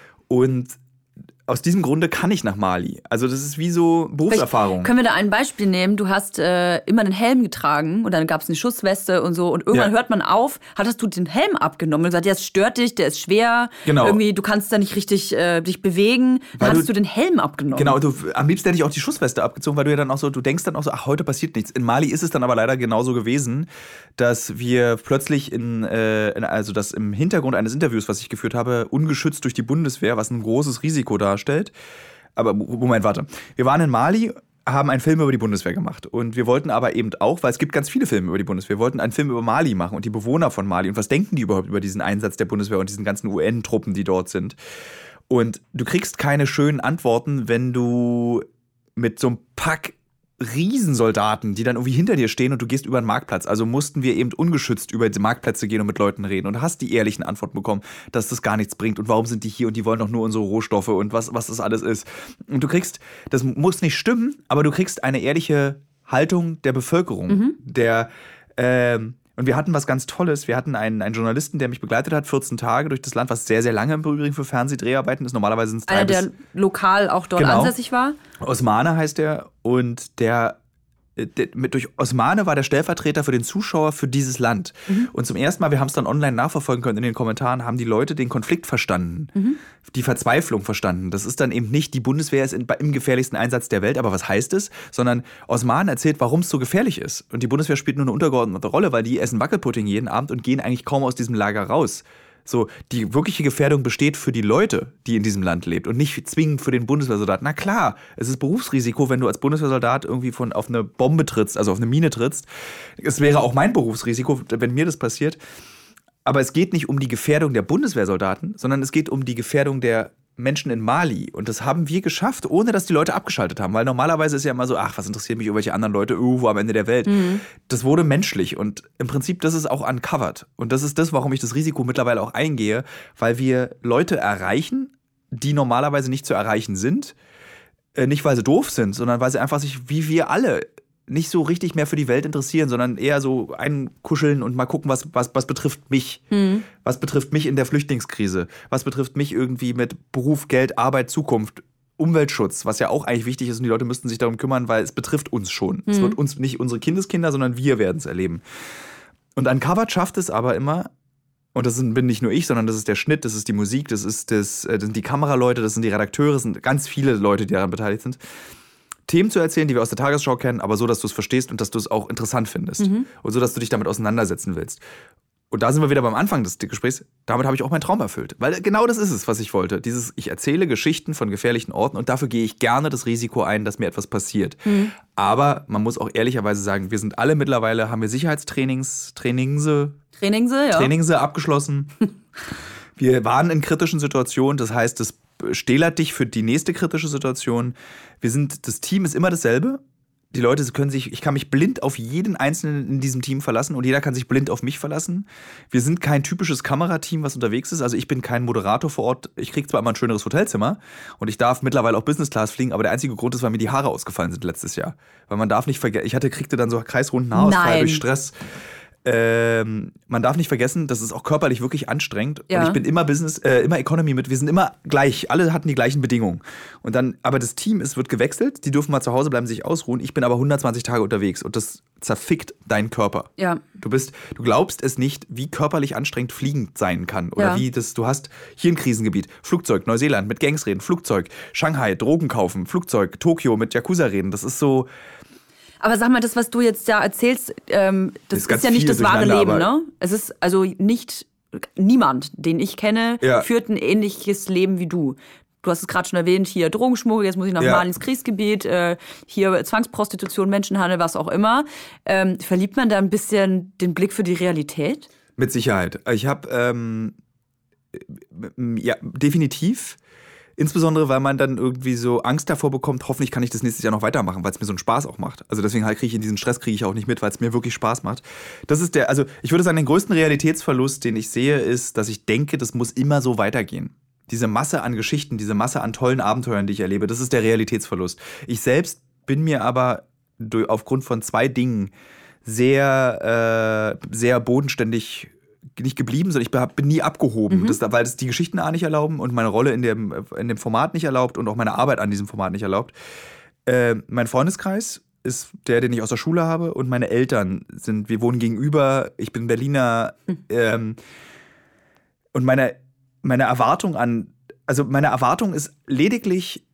Und aus diesem Grunde kann ich nach Mali. Also das ist wie so Berufserfahrung.
Vielleicht können wir da ein Beispiel nehmen? Du hast äh, immer den Helm getragen und dann gab es eine Schussweste und so und irgendwann ja. hört man auf, hattest du den Helm abgenommen und gesagt, ja, es stört dich, der ist schwer,
genau.
irgendwie, du kannst da nicht richtig äh, dich bewegen. Dann hattest du, du den Helm abgenommen.
Genau, du, am liebsten hätte ich auch die Schussweste abgezogen, weil du ja dann auch so, du denkst dann auch so, ach, heute passiert nichts. In Mali ist es dann aber leider genauso gewesen, dass wir plötzlich in, äh, in also das im Hintergrund eines Interviews, was ich geführt habe, ungeschützt durch die Bundeswehr, was ein großes Risiko darstellt. Aber Moment, warte. Wir waren in Mali, haben einen Film über die Bundeswehr gemacht. Und wir wollten aber eben auch, weil es gibt ganz viele Filme über die Bundeswehr, wir wollten einen Film über Mali machen und die Bewohner von Mali. Und was denken die überhaupt über diesen Einsatz der Bundeswehr und diesen ganzen U N-Truppen, die dort sind? Und du kriegst keine schönen Antworten, wenn du mit so einem Pack Riesensoldaten, die dann irgendwie hinter dir stehen und du gehst über den Marktplatz. Also mussten wir eben ungeschützt über die Marktplätze gehen und mit Leuten reden und hast die ehrlichen Antworten bekommen, dass das gar nichts bringt und warum sind die hier und die wollen doch nur unsere Rohstoffe und was, was das alles ist. Und du kriegst, das muss nicht stimmen, aber du kriegst eine ehrliche Haltung der Bevölkerung, mhm. der, ähm, und wir hatten was ganz Tolles. Wir hatten einen, einen Journalisten, der mich begleitet hat, vierzehn Tage durch das Land, was sehr, sehr lange im Übrigen für Fernsehdreharbeiten ist. Normalerweise sind es drei
Einer, der lokal auch dort genau. ansässig war.
Osmane heißt der. Und der, der mit, durch Osmane war der Stellvertreter für den Zuschauer für dieses Land. Mhm. Und zum ersten Mal, wir haben es dann online nachverfolgen können in den Kommentaren, haben die Leute den Konflikt verstanden. Mhm. Die Verzweiflung verstanden. Das ist dann eben nicht, die Bundeswehr ist in, im gefährlichsten Einsatz der Welt, aber was heißt es? Sondern Osman erzählt, warum es so gefährlich ist. Und die Bundeswehr spielt nur eine untergeordnete Rolle, weil die essen Wackelpudding jeden Abend und gehen eigentlich kaum aus diesem Lager raus. So, die wirkliche Gefährdung besteht für die Leute, die in diesem Land lebt und nicht zwingend für den Bundeswehrsoldaten. Na klar, es ist Berufsrisiko, wenn du als Bundeswehrsoldat irgendwie von, auf eine Bombe trittst, also auf eine Mine trittst. Es wäre auch mein Berufsrisiko, wenn mir das passiert. Aber es geht nicht um die Gefährdung der Bundeswehrsoldaten, sondern es geht um die Gefährdung der Menschen in Mali. Und das haben wir geschafft, ohne dass die Leute abgeschaltet haben. Weil normalerweise ist ja immer so, ach, was interessiert mich irgendwelche anderen Leute irgendwo am Ende der Welt. Mhm. Das wurde menschlich. Und im Prinzip, das ist auch uncovered. Und das ist das, warum ich das Risiko mittlerweile auch eingehe. Weil wir Leute erreichen, die normalerweise nicht zu erreichen sind. Äh, nicht, weil sie doof sind, sondern weil sie einfach sich, wie wir alle, nicht so richtig mehr für die Welt interessieren, sondern eher so einkuscheln und mal gucken, was, was, was betrifft mich. Mhm. Was betrifft mich in der Flüchtlingskrise? Was betrifft mich irgendwie mit Beruf, Geld, Arbeit, Zukunft, Umweltschutz, was ja auch eigentlich wichtig ist und die Leute müssten sich darum kümmern, weil es betrifft uns schon. Mhm. Es wird uns nicht unsere Kindeskinder, sondern wir werden es erleben. Und Uncovered schafft es aber immer, und das bin nicht nur ich, sondern das ist der Schnitt, das ist die Musik, das, ist das, das sind die Kameraleute, das sind die Redakteure, das sind ganz viele Leute, die daran beteiligt sind, Themen zu erzählen, die wir aus der Tagesschau kennen, aber so, dass du es verstehst und dass du es auch interessant findest. Mhm. Und so, dass du dich damit auseinandersetzen willst. Und da sind wir wieder beim Anfang des Gesprächs. Damit habe ich auch meinen Traum erfüllt. Weil genau das ist es, was ich wollte. Dieses, ich erzähle Geschichten von gefährlichen Orten und dafür gehe ich gerne das Risiko ein, dass mir etwas passiert. Mhm. Aber man muss auch ehrlicherweise sagen, wir sind alle mittlerweile, haben wir Sicherheitstrainings, Trainingse,
Trainingse, ja.
Trainingse abgeschlossen. Wir waren in kritischen Situationen, das heißt, das stählert dich für die nächste kritische Situation. Wir sind, das Team ist immer dasselbe. Die Leute können sich, ich kann mich blind auf jeden Einzelnen in diesem Team verlassen und jeder kann sich blind auf mich verlassen. Wir sind kein typisches Kamerateam, was unterwegs ist. Also ich bin kein Moderator vor Ort. Ich kriege zwar immer ein schöneres Hotelzimmer und ich darf mittlerweile auch Business Class fliegen, aber der einzige Grund ist, weil mir die Haare ausgefallen sind letztes Jahr. Weil man darf nicht vergessen, ich hatte, kriegte dann so kreisrunden Haarausfall durch Stress. Ähm, man darf nicht vergessen, das ist auch körperlich wirklich anstrengend. Ja. Und ich bin immer Business, äh, immer Economy mit. Wir sind immer gleich. Alle hatten die gleichen Bedingungen. Und dann, aber das Team ist, wird gewechselt. Die dürfen mal zu Hause bleiben, sich ausruhen. Ich bin aber hundertzwanzig Tage unterwegs und das zerfickt deinen Körper.
Ja.
Du bist, du glaubst es nicht, wie körperlich anstrengend Fliegen sein kann. Oder ja. wie das, du hast hier ein Krisengebiet. Flugzeug, Neuseeland, mit Gangs reden. Flugzeug, Shanghai, Drogen kaufen. Flugzeug, Tokio, mit Yakuza reden. Das ist so.
Aber sag mal, das, was du jetzt da erzählst, ähm, das ist, ist ja nicht das wahre Leben, ne? Es ist also nicht, niemand, den ich kenne, ja. führt ein ähnliches Leben wie du. Du hast es gerade schon erwähnt, hier Drogenschmuggel, jetzt muss ich nach ja. Mali ins Kriegsgebiet, äh, hier Zwangsprostitution, Menschenhandel, was auch immer. Ähm, verliert man da ein bisschen den Blick für die Realität?
Mit Sicherheit. Ich habe, ähm, ja, definitiv. Insbesondere, weil man dann irgendwie so Angst davor bekommt, hoffentlich kann ich das nächstes Jahr noch weitermachen, weil es mir so einen Spaß auch macht. Also deswegen halt kriege ich in diesen Stress kriege ich auch nicht mit, weil es mir wirklich Spaß macht. Das ist der, also ich würde sagen, den größten Realitätsverlust, den ich sehe, ist, dass ich denke, das muss immer so weitergehen. Diese Masse an Geschichten, diese Masse an tollen Abenteuern, die ich erlebe, das ist der Realitätsverlust. Ich selbst bin mir aber durch, aufgrund von zwei Dingen sehr, äh, sehr bodenständig nicht geblieben, sondern ich bin nie abgehoben, mhm. das, weil das die Geschichten A nicht erlauben und meine Rolle in dem, in dem Format nicht erlaubt und auch meine Arbeit an diesem Format nicht erlaubt. Äh, mein Freundeskreis ist der, den ich aus der Schule habe, und meine Eltern sind, wir wohnen gegenüber, ich bin Berliner, mhm. ähm, und meine, meine Erwartung an, also meine Erwartung ist lediglich,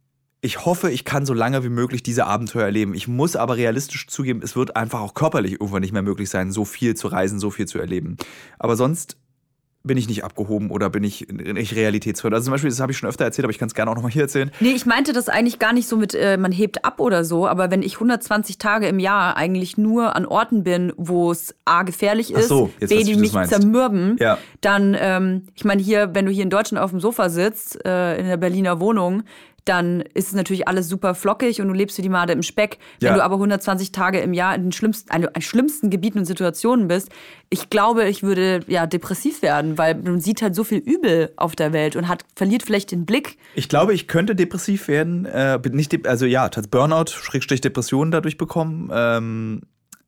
ich hoffe, ich kann so lange wie möglich diese Abenteuer erleben. Ich muss aber realistisch zugeben, es wird einfach auch körperlich irgendwann nicht mehr möglich sein, so viel zu reisen, so viel zu erleben. Aber sonst bin ich nicht abgehoben oder bin ich nicht realitätsfremd. Also zum Beispiel, das habe ich schon öfter erzählt, aber ich kann es gerne auch nochmal hier erzählen.
Nee, ich meinte das eigentlich gar nicht so mit, äh, man hebt ab oder so, aber wenn ich hundertzwanzig Tage im Jahr eigentlich nur an Orten bin, wo es A, gefährlich ist,
so, jetzt,
B, die mich zermürben,
ja. dann,
ähm, ich meine hier, wenn du hier in Deutschland auf dem Sofa sitzt, äh, in der Berliner Wohnung, dann ist es natürlich alles super flockig und du lebst wie die Made im Speck. Wenn ja. du aber hundertzwanzig Tage im Jahr in den schlimmsten, also in schlimmsten Gebieten und Situationen bist, ich glaube, ich würde ja depressiv werden, weil man sieht halt so viel Übel auf der Welt und hat verliert vielleicht den Blick.
Ich glaube, ich könnte depressiv werden, äh, nicht de- also ja, Burnout, Schrägstrich Depressionen dadurch bekommen. Ähm,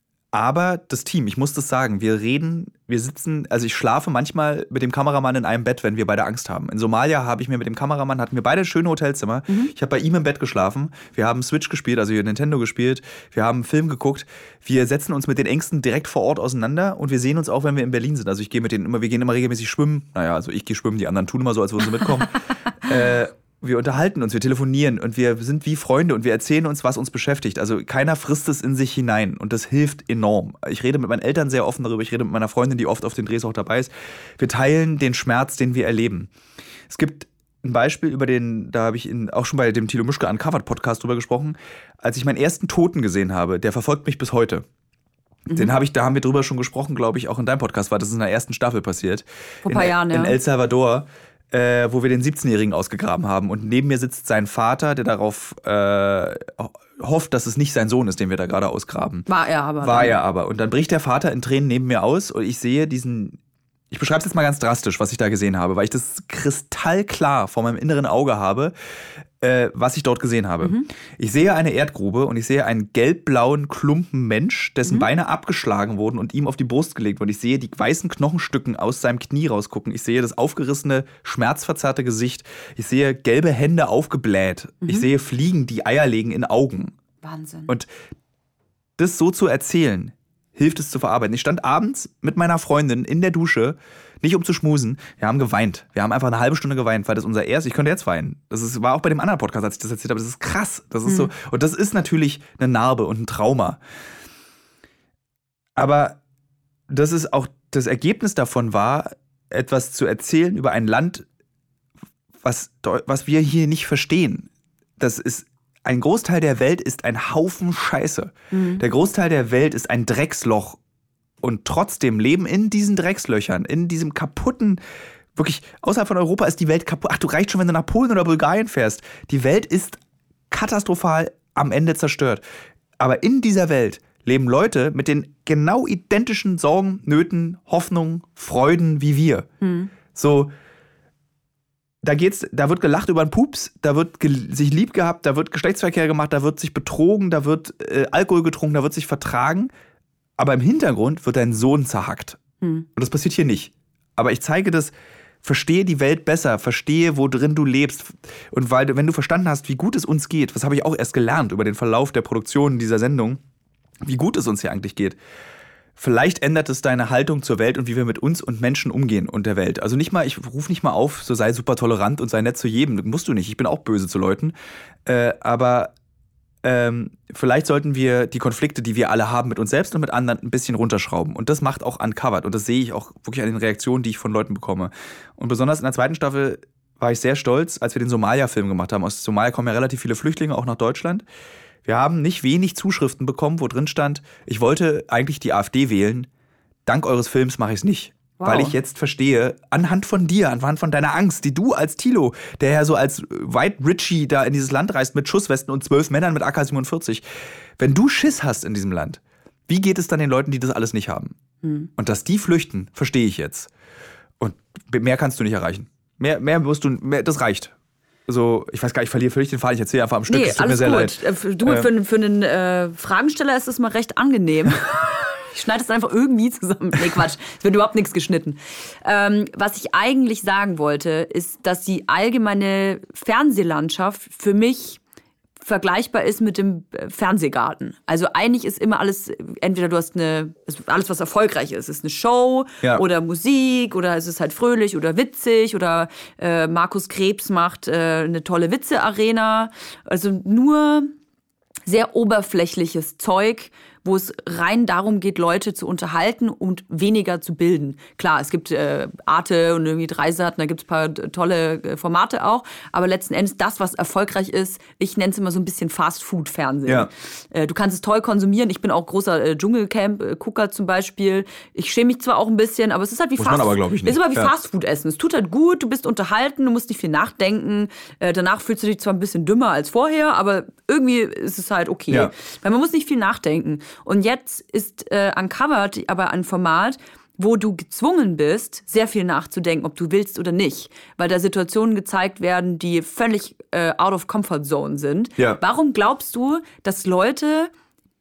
aber das Team, ich muss das sagen, wir reden, wir sitzen, also ich schlafe manchmal mit dem Kameramann in einem Bett, wenn wir beide Angst haben. In Somalia habe ich mir mit dem Kameramann, hatten wir beide schöne Hotelzimmer. Mhm. Ich habe bei ihm im Bett geschlafen. Wir haben Switch gespielt, also hier Nintendo gespielt. Wir haben einen Film geguckt. Wir setzen uns mit den Ängsten direkt vor Ort auseinander und wir sehen uns auch, wenn wir in Berlin sind. Also ich gehe mit denen immer, wir gehen immer regelmäßig schwimmen. Naja, also ich gehe schwimmen, die anderen tun immer so, als würden sie mitkommen. äh, Wir unterhalten uns, wir telefonieren und wir sind wie Freunde und wir erzählen uns, was uns beschäftigt. Also keiner frisst es in sich hinein und das hilft enorm. Ich rede mit meinen Eltern sehr offen darüber, ich rede mit meiner Freundin, die oft auf den Drehs auch dabei ist. Wir teilen den Schmerz, den wir erleben. Es gibt ein Beispiel, über den, da habe ich in, auch schon bei dem Thilo Mischke Uncovered Podcast drüber gesprochen, als ich meinen ersten Toten gesehen habe, der verfolgt mich bis heute. Mhm. Den habe ich, da haben wir drüber schon gesprochen, glaube ich, auch in deinem Podcast, war das in der ersten Staffel passiert.
Vor ein paar
in,
Jahren, ja.
In El Salvador. Äh, wo wir den siebzehnjährigen ausgegraben haben. Und neben mir sitzt sein Vater, der darauf äh, hofft, dass es nicht sein Sohn ist, den wir da gerade ausgraben.
War er aber.
War er aber. Und dann bricht der Vater in Tränen neben mir aus und ich sehe diesen... Ich beschreibe es jetzt mal ganz drastisch, was ich da gesehen habe, weil ich das kristallklar vor meinem inneren Auge habe, äh, was ich dort gesehen habe. Mhm. Ich sehe eine Erdgrube und ich sehe einen gelb-blauen Klumpen Mensch, dessen mhm. Beine abgeschlagen wurden und ihm auf die Brust gelegt wurden. Ich sehe die weißen Knochenstücken aus seinem Knie rausgucken. Ich sehe das aufgerissene, schmerzverzerrte Gesicht. Ich sehe gelbe Hände aufgebläht. Mhm. Ich sehe Fliegen, die Eier legen in Augen.
Wahnsinn.
Und das so zu erzählen, hilft es zu verarbeiten. Ich stand abends mit meiner Freundin in der Dusche, nicht um zu schmusen, wir haben geweint. Wir haben einfach eine halbe Stunde geweint, weil das unser erstes, ich könnte jetzt weinen. Das ist, war auch bei dem anderen Podcast, als ich das erzählt habe, das ist krass. Das ist mhm. so, und das ist natürlich eine Narbe und ein Trauma. Aber das ist auch, das Ergebnis davon war, etwas zu erzählen über ein Land, was, was wir hier nicht verstehen. Das ist Ein Großteil der Welt ist ein Haufen Scheiße. Mhm. Der Großteil der Welt ist ein Drecksloch. Und trotzdem leben in diesen Dreckslöchern, in diesem kaputten, wirklich, außerhalb von Europa ist die Welt kaputt. Ach, du reicht schon, wenn du nach Polen oder Bulgarien fährst. Die Welt ist katastrophal am Ende zerstört. Aber in dieser Welt leben Leute mit den genau identischen Sorgen, Nöten, Hoffnungen, Freuden wie wir. Mhm. So, Da geht's, da wird gelacht über einen Pups, da wird ge- sich lieb gehabt, da wird Geschlechtsverkehr gemacht, da wird sich betrogen, da wird äh, Alkohol getrunken, da wird sich vertragen. Aber im Hintergrund wird dein Sohn zerhackt. Hm. Und das passiert hier nicht. Aber ich zeige das, verstehe die Welt besser, verstehe, wo drin du lebst. Und weil, wenn du verstanden hast, wie gut es uns geht, was habe ich auch erst gelernt über den Verlauf der Produktion dieser Sendung, wie gut es uns hier eigentlich geht. Vielleicht ändert es deine Haltung zur Welt und wie wir mit uns und Menschen umgehen und der Welt. Also nicht mal, ich rufe nicht mal auf, so sei super tolerant und sei nett zu jedem. Das musst du nicht, ich bin auch böse zu Leuten. Äh, aber ähm, vielleicht sollten wir die Konflikte, die wir alle haben mit uns selbst und mit anderen, ein bisschen runterschrauben. Und das macht auch Uncovered. Und das sehe ich auch wirklich an den Reaktionen, die ich von Leuten bekomme. Und besonders in der zweiten Staffel war ich sehr stolz, als wir den Somalia-Film gemacht haben. Aus Somalia kommen ja relativ viele Flüchtlinge, auch nach Deutschland. Wir haben nicht wenig Zuschriften bekommen, wo drin stand, ich wollte eigentlich die AfD wählen, dank eures Films mache ich es nicht.
Wow.
Weil ich jetzt verstehe, anhand von dir, anhand von deiner Angst, die du als Thilo, der ja so als White Richie da in dieses Land reist mit Schusswesten und zwölf Männern mit A K siebenundvierzig, wenn du Schiss hast in diesem Land, wie geht es dann den Leuten, die das alles nicht haben? Hm. Und dass die flüchten, verstehe ich jetzt. Und mehr kannst du nicht erreichen. Mehr, mehr musst du, mehr, das reicht. So, ich weiß gar nicht, ich verliere völlig den Faden, ich erzähle einfach am Stück,
nee,
es tut
alles
mir sehr
gut.
leid.
Du, äh, für, für einen äh, Fragensteller ist es mal recht angenehm. Ich schneide es einfach irgendwie zusammen. Nee, Quatsch. Es wird überhaupt nichts geschnitten. Ähm, was ich eigentlich sagen wollte, ist, dass die allgemeine Fernsehlandschaft für mich vergleichbar ist mit dem Fernsehgarten. Also eigentlich ist immer alles, entweder du hast eine, alles was erfolgreich ist, ist eine Show
ja.
oder Musik oder es ist halt fröhlich oder witzig oder äh, Markus Krebs macht äh, eine tolle Witze-Arena. Also nur sehr oberflächliches Zeug, wo es rein darum geht, Leute zu unterhalten und weniger zu bilden. Klar, es gibt äh, Arte und irgendwie Dreisat, da gibt es ein paar tolle äh, Formate auch, aber letzten Endes das, was erfolgreich ist, ich nenne es immer so ein bisschen Fast-Food-Fernsehen.
Ja.
Äh, du kannst es toll konsumieren, ich bin auch großer äh, Dschungelcamp-Gucker zum Beispiel. Ich schäme mich zwar auch ein bisschen, aber es ist halt wie
Muss man aber, glaub ich, nicht.
Es ist aber wie
Ja.
Fast-Food-Essen. Es tut halt gut, du bist unterhalten, du musst nicht viel nachdenken. Äh, danach fühlst du dich zwar ein bisschen dümmer als vorher, aber irgendwie ist es halt okay.
Ja.
Weil man muss nicht viel nachdenken. Und jetzt ist äh, Uncovered aber ein Format, wo du gezwungen bist, sehr viel nachzudenken, ob du willst oder nicht. Weil da Situationen gezeigt werden, die völlig äh, out of comfort zone sind.
Ja.
Warum glaubst du, dass Leute,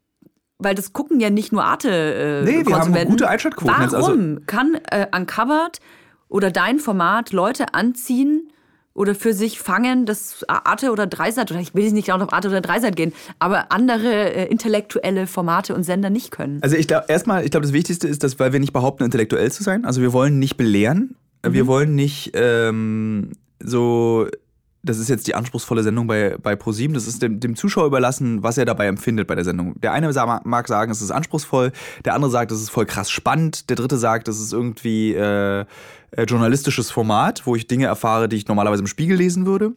weil das gucken ja nicht nur Arte äh,
Nee, wir haben
Konsumenten,
gute Einschaltquoten jetzt,
warum
also-
kann äh, Uncovered oder dein Format Leute anziehen oder für sich fangen, dass Arte oder Dreisat, oder ich will jetzt nicht auch auf Arte oder Dreisat gehen, aber andere äh, intellektuelle Formate und Sender nicht können?
Also ich glaube, erstmal, ich glaube, das Wichtigste ist, dass, weil wir nicht behaupten, intellektuell zu sein. Also wir wollen nicht belehren. Mhm. Wir wollen nicht ähm, so, das ist jetzt die anspruchsvolle Sendung bei, bei ProSieben, das ist dem, dem Zuschauer überlassen, was er dabei empfindet bei der Sendung. Der eine mag sagen, es ist anspruchsvoll, der andere sagt, es ist voll krass spannend, der dritte sagt, es ist irgendwie äh, journalistisches Format, wo ich Dinge erfahre, die ich normalerweise im Spiegel lesen würde.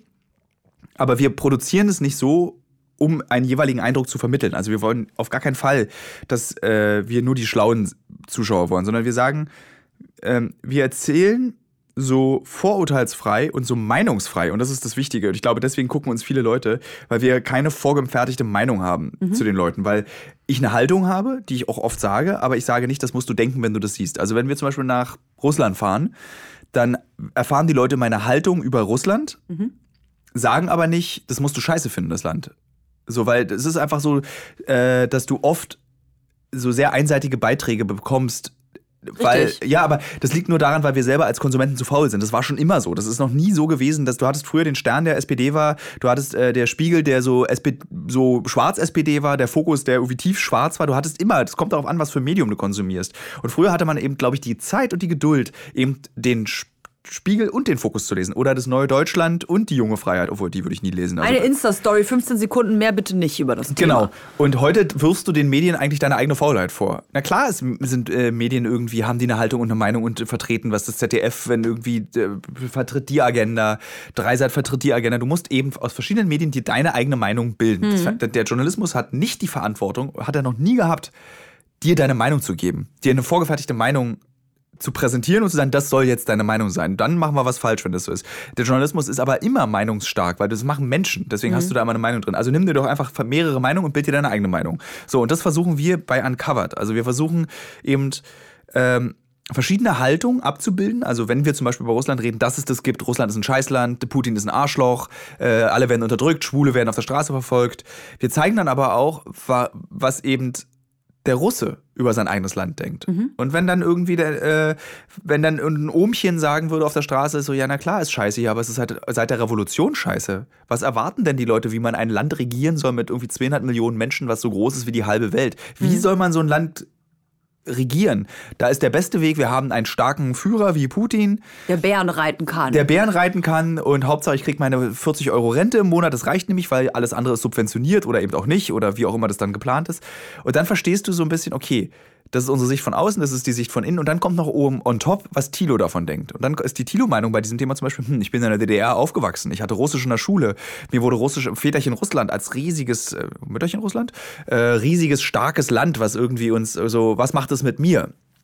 Aber wir produzieren es nicht so, um einen jeweiligen Eindruck zu vermitteln. Also wir wollen auf gar keinen Fall, dass äh, wir nur die schlauen Zuschauer wollen, sondern wir sagen, ähm, wir erzählen so vorurteilsfrei und so meinungsfrei. Und das ist das Wichtige. Und ich glaube, deswegen gucken uns viele Leute, weil wir keine vorgefertigte Meinung haben mhm. zu den Leuten. Weil ich eine Haltung habe, die ich auch oft sage, aber ich sage nicht, das musst du denken, wenn du das siehst. Also wenn wir zum Beispiel nach Russland fahren, dann erfahren die Leute meine Haltung über Russland, mhm. sagen aber nicht, das musst du scheiße finden, das Land. So, weil es ist einfach so, äh, dass du oft so sehr einseitige Beiträge bekommst. Weil,
Richtig.
ja, aber das liegt nur daran, weil wir selber als Konsumenten zu faul sind. Das war schon immer so. Das ist noch nie so gewesen, dass du hattest früher den Stern, der S P D war, du hattest äh, der Spiegel, der so, S P, so schwarz-S P D war, der Fokus, der irgendwie tief schwarz war. Du hattest immer, das kommt darauf an, was für ein Medium du konsumierst. Und früher hatte man eben, glaube ich, die Zeit und die Geduld, eben den Spiegel und den Fokus zu lesen. Oder das Neue Deutschland und die Junge Freiheit, obwohl die würde ich nie lesen. Also,
eine Insta-Story, fünfzehn Sekunden mehr bitte nicht über das Thema.
Genau. Und heute wirfst du den Medien eigentlich deine eigene Faulheit vor. Na klar, es sind äh, Medien irgendwie, haben die eine Haltung und eine Meinung und vertreten, was das Z D F, wenn irgendwie äh, vertritt die Agenda, Dreisat vertritt die Agenda. Du musst eben aus verschiedenen Medien dir deine eigene Meinung bilden. Mhm. Das, der Journalismus hat nicht die Verantwortung, hat er noch nie gehabt, dir deine Meinung zu geben, dir eine vorgefertigte Meinung zu präsentieren und zu sagen, das soll jetzt deine Meinung sein. Dann machen wir was falsch, wenn das so ist. Der Journalismus ist aber immer meinungsstark, weil das machen Menschen. Deswegen mhm. hast du da immer eine Meinung drin. Also nimm dir doch einfach mehrere Meinungen und bild dir deine eigene Meinung. So, und das versuchen wir bei Uncovered. Also wir versuchen eben ähm, verschiedene Haltungen abzubilden. Also wenn wir zum Beispiel über Russland reden, dass es das gibt, Russland ist ein Scheißland, Putin ist ein Arschloch, äh, alle werden unterdrückt, Schwule werden auf der Straße verfolgt. Wir zeigen dann aber auch, was eben der Russe über sein eigenes Land denkt. Mhm. Und wenn dann irgendwie der, äh, wenn dann ein Ohmchen sagen würde auf der Straße, so, ja, na klar, ist scheiße hier, aber es ist halt seit der Revolution scheiße. Was erwarten denn die Leute, wie man ein Land regieren soll mit irgendwie zweihundert Millionen Menschen, was so groß ist wie die halbe Welt? Wie mhm. soll man so ein Land regieren? Da ist der beste Weg, wir haben einen starken Führer wie Putin.
Der Bären reiten kann.
Der Bären reiten kann und Hauptsache ich kriege meine vierzig Euro Rente im Monat, das reicht nämlich, weil alles andere ist subventioniert oder eben auch nicht oder wie auch immer das dann geplant ist. Und dann verstehst du so ein bisschen, okay, das ist unsere Sicht von außen, das ist die Sicht von innen und dann kommt noch oben on top, was Thilo davon denkt. Und dann ist die Thilo-Meinung bei diesem Thema zum Beispiel, hm, ich bin in der D D R aufgewachsen, ich hatte Russisch in der Schule, mir wurde Russisch im Väterchen Russland als riesiges, äh, Mütterchen Russland, äh, riesiges, starkes Land, was irgendwie uns so, was macht es mit mir?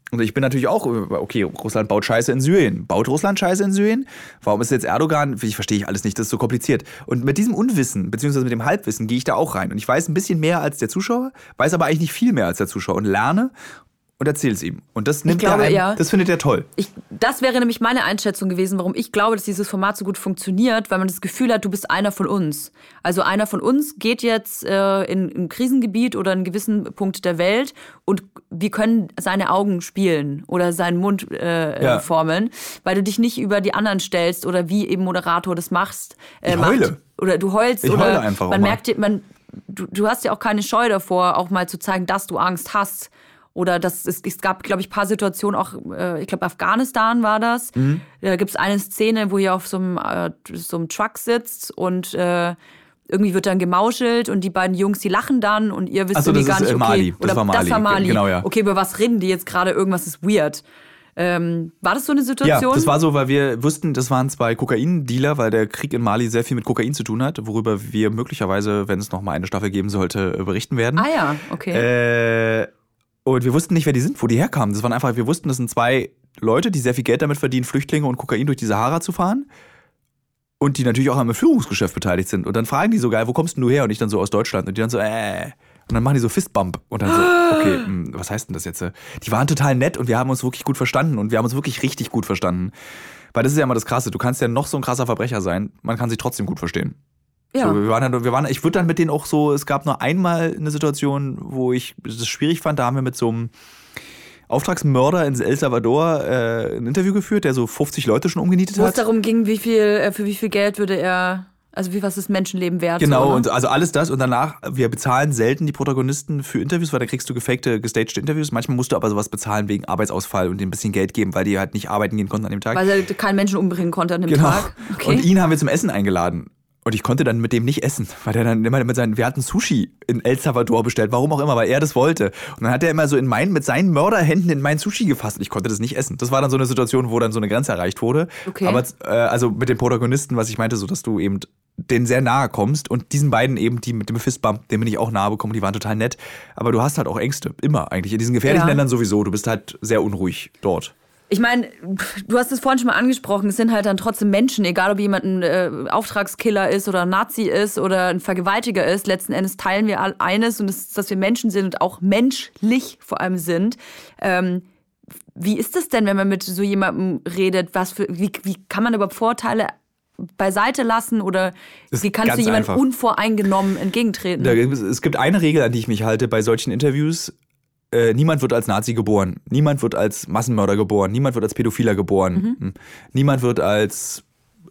Und ich bin natürlich auch, okay, Russland baut Scheiße in Syrien. Baut Russland Scheiße in Syrien? Warum ist jetzt Erdogan? Ich verstehe ich alles nicht, das ist so kompliziert. Und mit diesem Unwissen, beziehungsweise mit dem Halbwissen, gehe ich da auch rein. Und ich weiß ein bisschen mehr als der Zuschauer, weiß aber eigentlich nicht viel mehr als der Zuschauer und lerne und erzähle es ihm. Und das nimmt
glaube,
er einem,
ja.
das findet er toll.
Ich, das wäre nämlich meine Einschätzung gewesen, warum ich glaube, dass dieses Format so gut funktioniert, weil man das Gefühl hat, du bist einer von uns. Also einer von uns geht jetzt äh, in ein Krisengebiet oder einen gewissen Punkt der Welt und wir können seine Augen spielen oder seinen Mund äh, ja. formen, weil du dich nicht über die anderen stellst oder wie eben Moderator das machst. Äh,
ich heule.
Macht. Oder du heulst.
Ich
oder
heule einfach
man
auch
merkt, man, du, du hast ja auch keine Scheu davor, auch mal zu zeigen, dass du Angst hast. Oder das, es, es gab, glaube ich, ein paar Situationen, auch, äh, ich glaube, Afghanistan war das. Mhm. Da gibt es eine Szene, wo ihr auf so einem, äh, so einem Truck sitzt und äh, irgendwie wird dann gemauschelt und die beiden Jungs, die lachen dann und ihr wisst
so,
irgendwie gar nicht, okay,
Mali. Das
oder
war Mali.
das war Mali.
Genau, ja.
Okay, über was reden die jetzt gerade? Irgendwas ist weird. Ähm, war das so eine Situation?
Ja, das war so, weil wir wussten, das waren zwei Kokain-Dealer, weil der Krieg in Mali sehr viel mit Kokain zu tun hat, worüber wir möglicherweise, wenn es noch mal eine Staffel geben sollte, berichten werden.
Ah ja, okay.
Äh, Und wir wussten nicht, wer die sind, wo die herkamen. Das waren einfach, wir wussten, das sind zwei Leute, die sehr viel Geld damit verdienen, Flüchtlinge und Kokain durch die Sahara zu fahren. Und die natürlich auch am Führungsgeschäft beteiligt sind. Und dann fragen die so, geil, wo kommst denn du her? Und ich dann so aus Deutschland. Und die dann so, äh. Und dann machen die so Fistbump. Und dann so, okay, mh, was heißt denn das jetzt? Die waren total nett und wir haben uns wirklich gut verstanden. Und wir haben uns wirklich richtig gut verstanden. Weil das ist ja immer das Krasse. Du kannst ja noch so ein krasser Verbrecher sein. Man kann sich trotzdem gut verstehen. Ja. So, wir waren dann, wir waren, ich würde dann mit denen auch so, es gab nur einmal eine Situation, wo ich das schwierig fand, da haben wir mit so einem Auftragsmörder in El Salvador äh, ein Interview geführt, der so fünfzig Leute schon umgenietet hat.
Wo es darum ging, wie viel, für wie viel Geld würde er, also wie was ist Menschenleben wert?
Genau,
so, ne?
und also alles das und danach, wir bezahlen selten die Protagonisten für Interviews, weil da kriegst du gefakte, gestagte Interviews. Manchmal musst du aber sowas bezahlen wegen Arbeitsausfall und denen ein bisschen Geld geben, weil die halt nicht arbeiten gehen konnten an dem Tag.
Weil er keinen Menschen umbringen konnte an dem
genau.
Tag. Okay.
Und ihn haben wir zum Essen eingeladen. Und ich konnte dann mit dem nicht essen, weil der dann immer mit seinen, wir hatten Sushi in El Salvador bestellt, warum auch immer, weil er das wollte. Und dann hat er immer so in meinen, mit seinen Mörderhänden in meinen Sushi gefasst und ich konnte das nicht essen. Das war dann so eine Situation, wo dann so eine Grenze erreicht wurde.
Okay.
Aber äh, also mit den Protagonisten, was ich meinte, so dass du eben denen sehr nahe kommst und diesen beiden eben, die mit dem Fistbump, denen bin ich auch nahe bekommen, die waren total nett. Aber du hast halt auch Ängste, immer eigentlich. In diesen gefährlichen
ja.
Ländern sowieso, du bist halt sehr unruhig dort.
Ich meine, du hast es vorhin schon mal angesprochen, es sind halt dann trotzdem Menschen, egal ob jemand ein äh, Auftragskiller ist oder ein Nazi ist oder ein Vergewaltiger ist, letzten Endes teilen wir all eines und das ist, dass wir Menschen sind und auch menschlich vor allem sind. Ähm, wie ist das denn, wenn man mit so jemandem redet? Was für, wie, wie kann man überhaupt Vorteile beiseite lassen oder wie kannst du jemandem unvoreingenommen entgegentreten?
Da, es gibt eine Regel, an die ich mich halte bei solchen Interviews. Äh, niemand wird als Nazi geboren. Niemand wird als Massenmörder geboren. Niemand wird als Pädophiler geboren. Mhm. Niemand wird als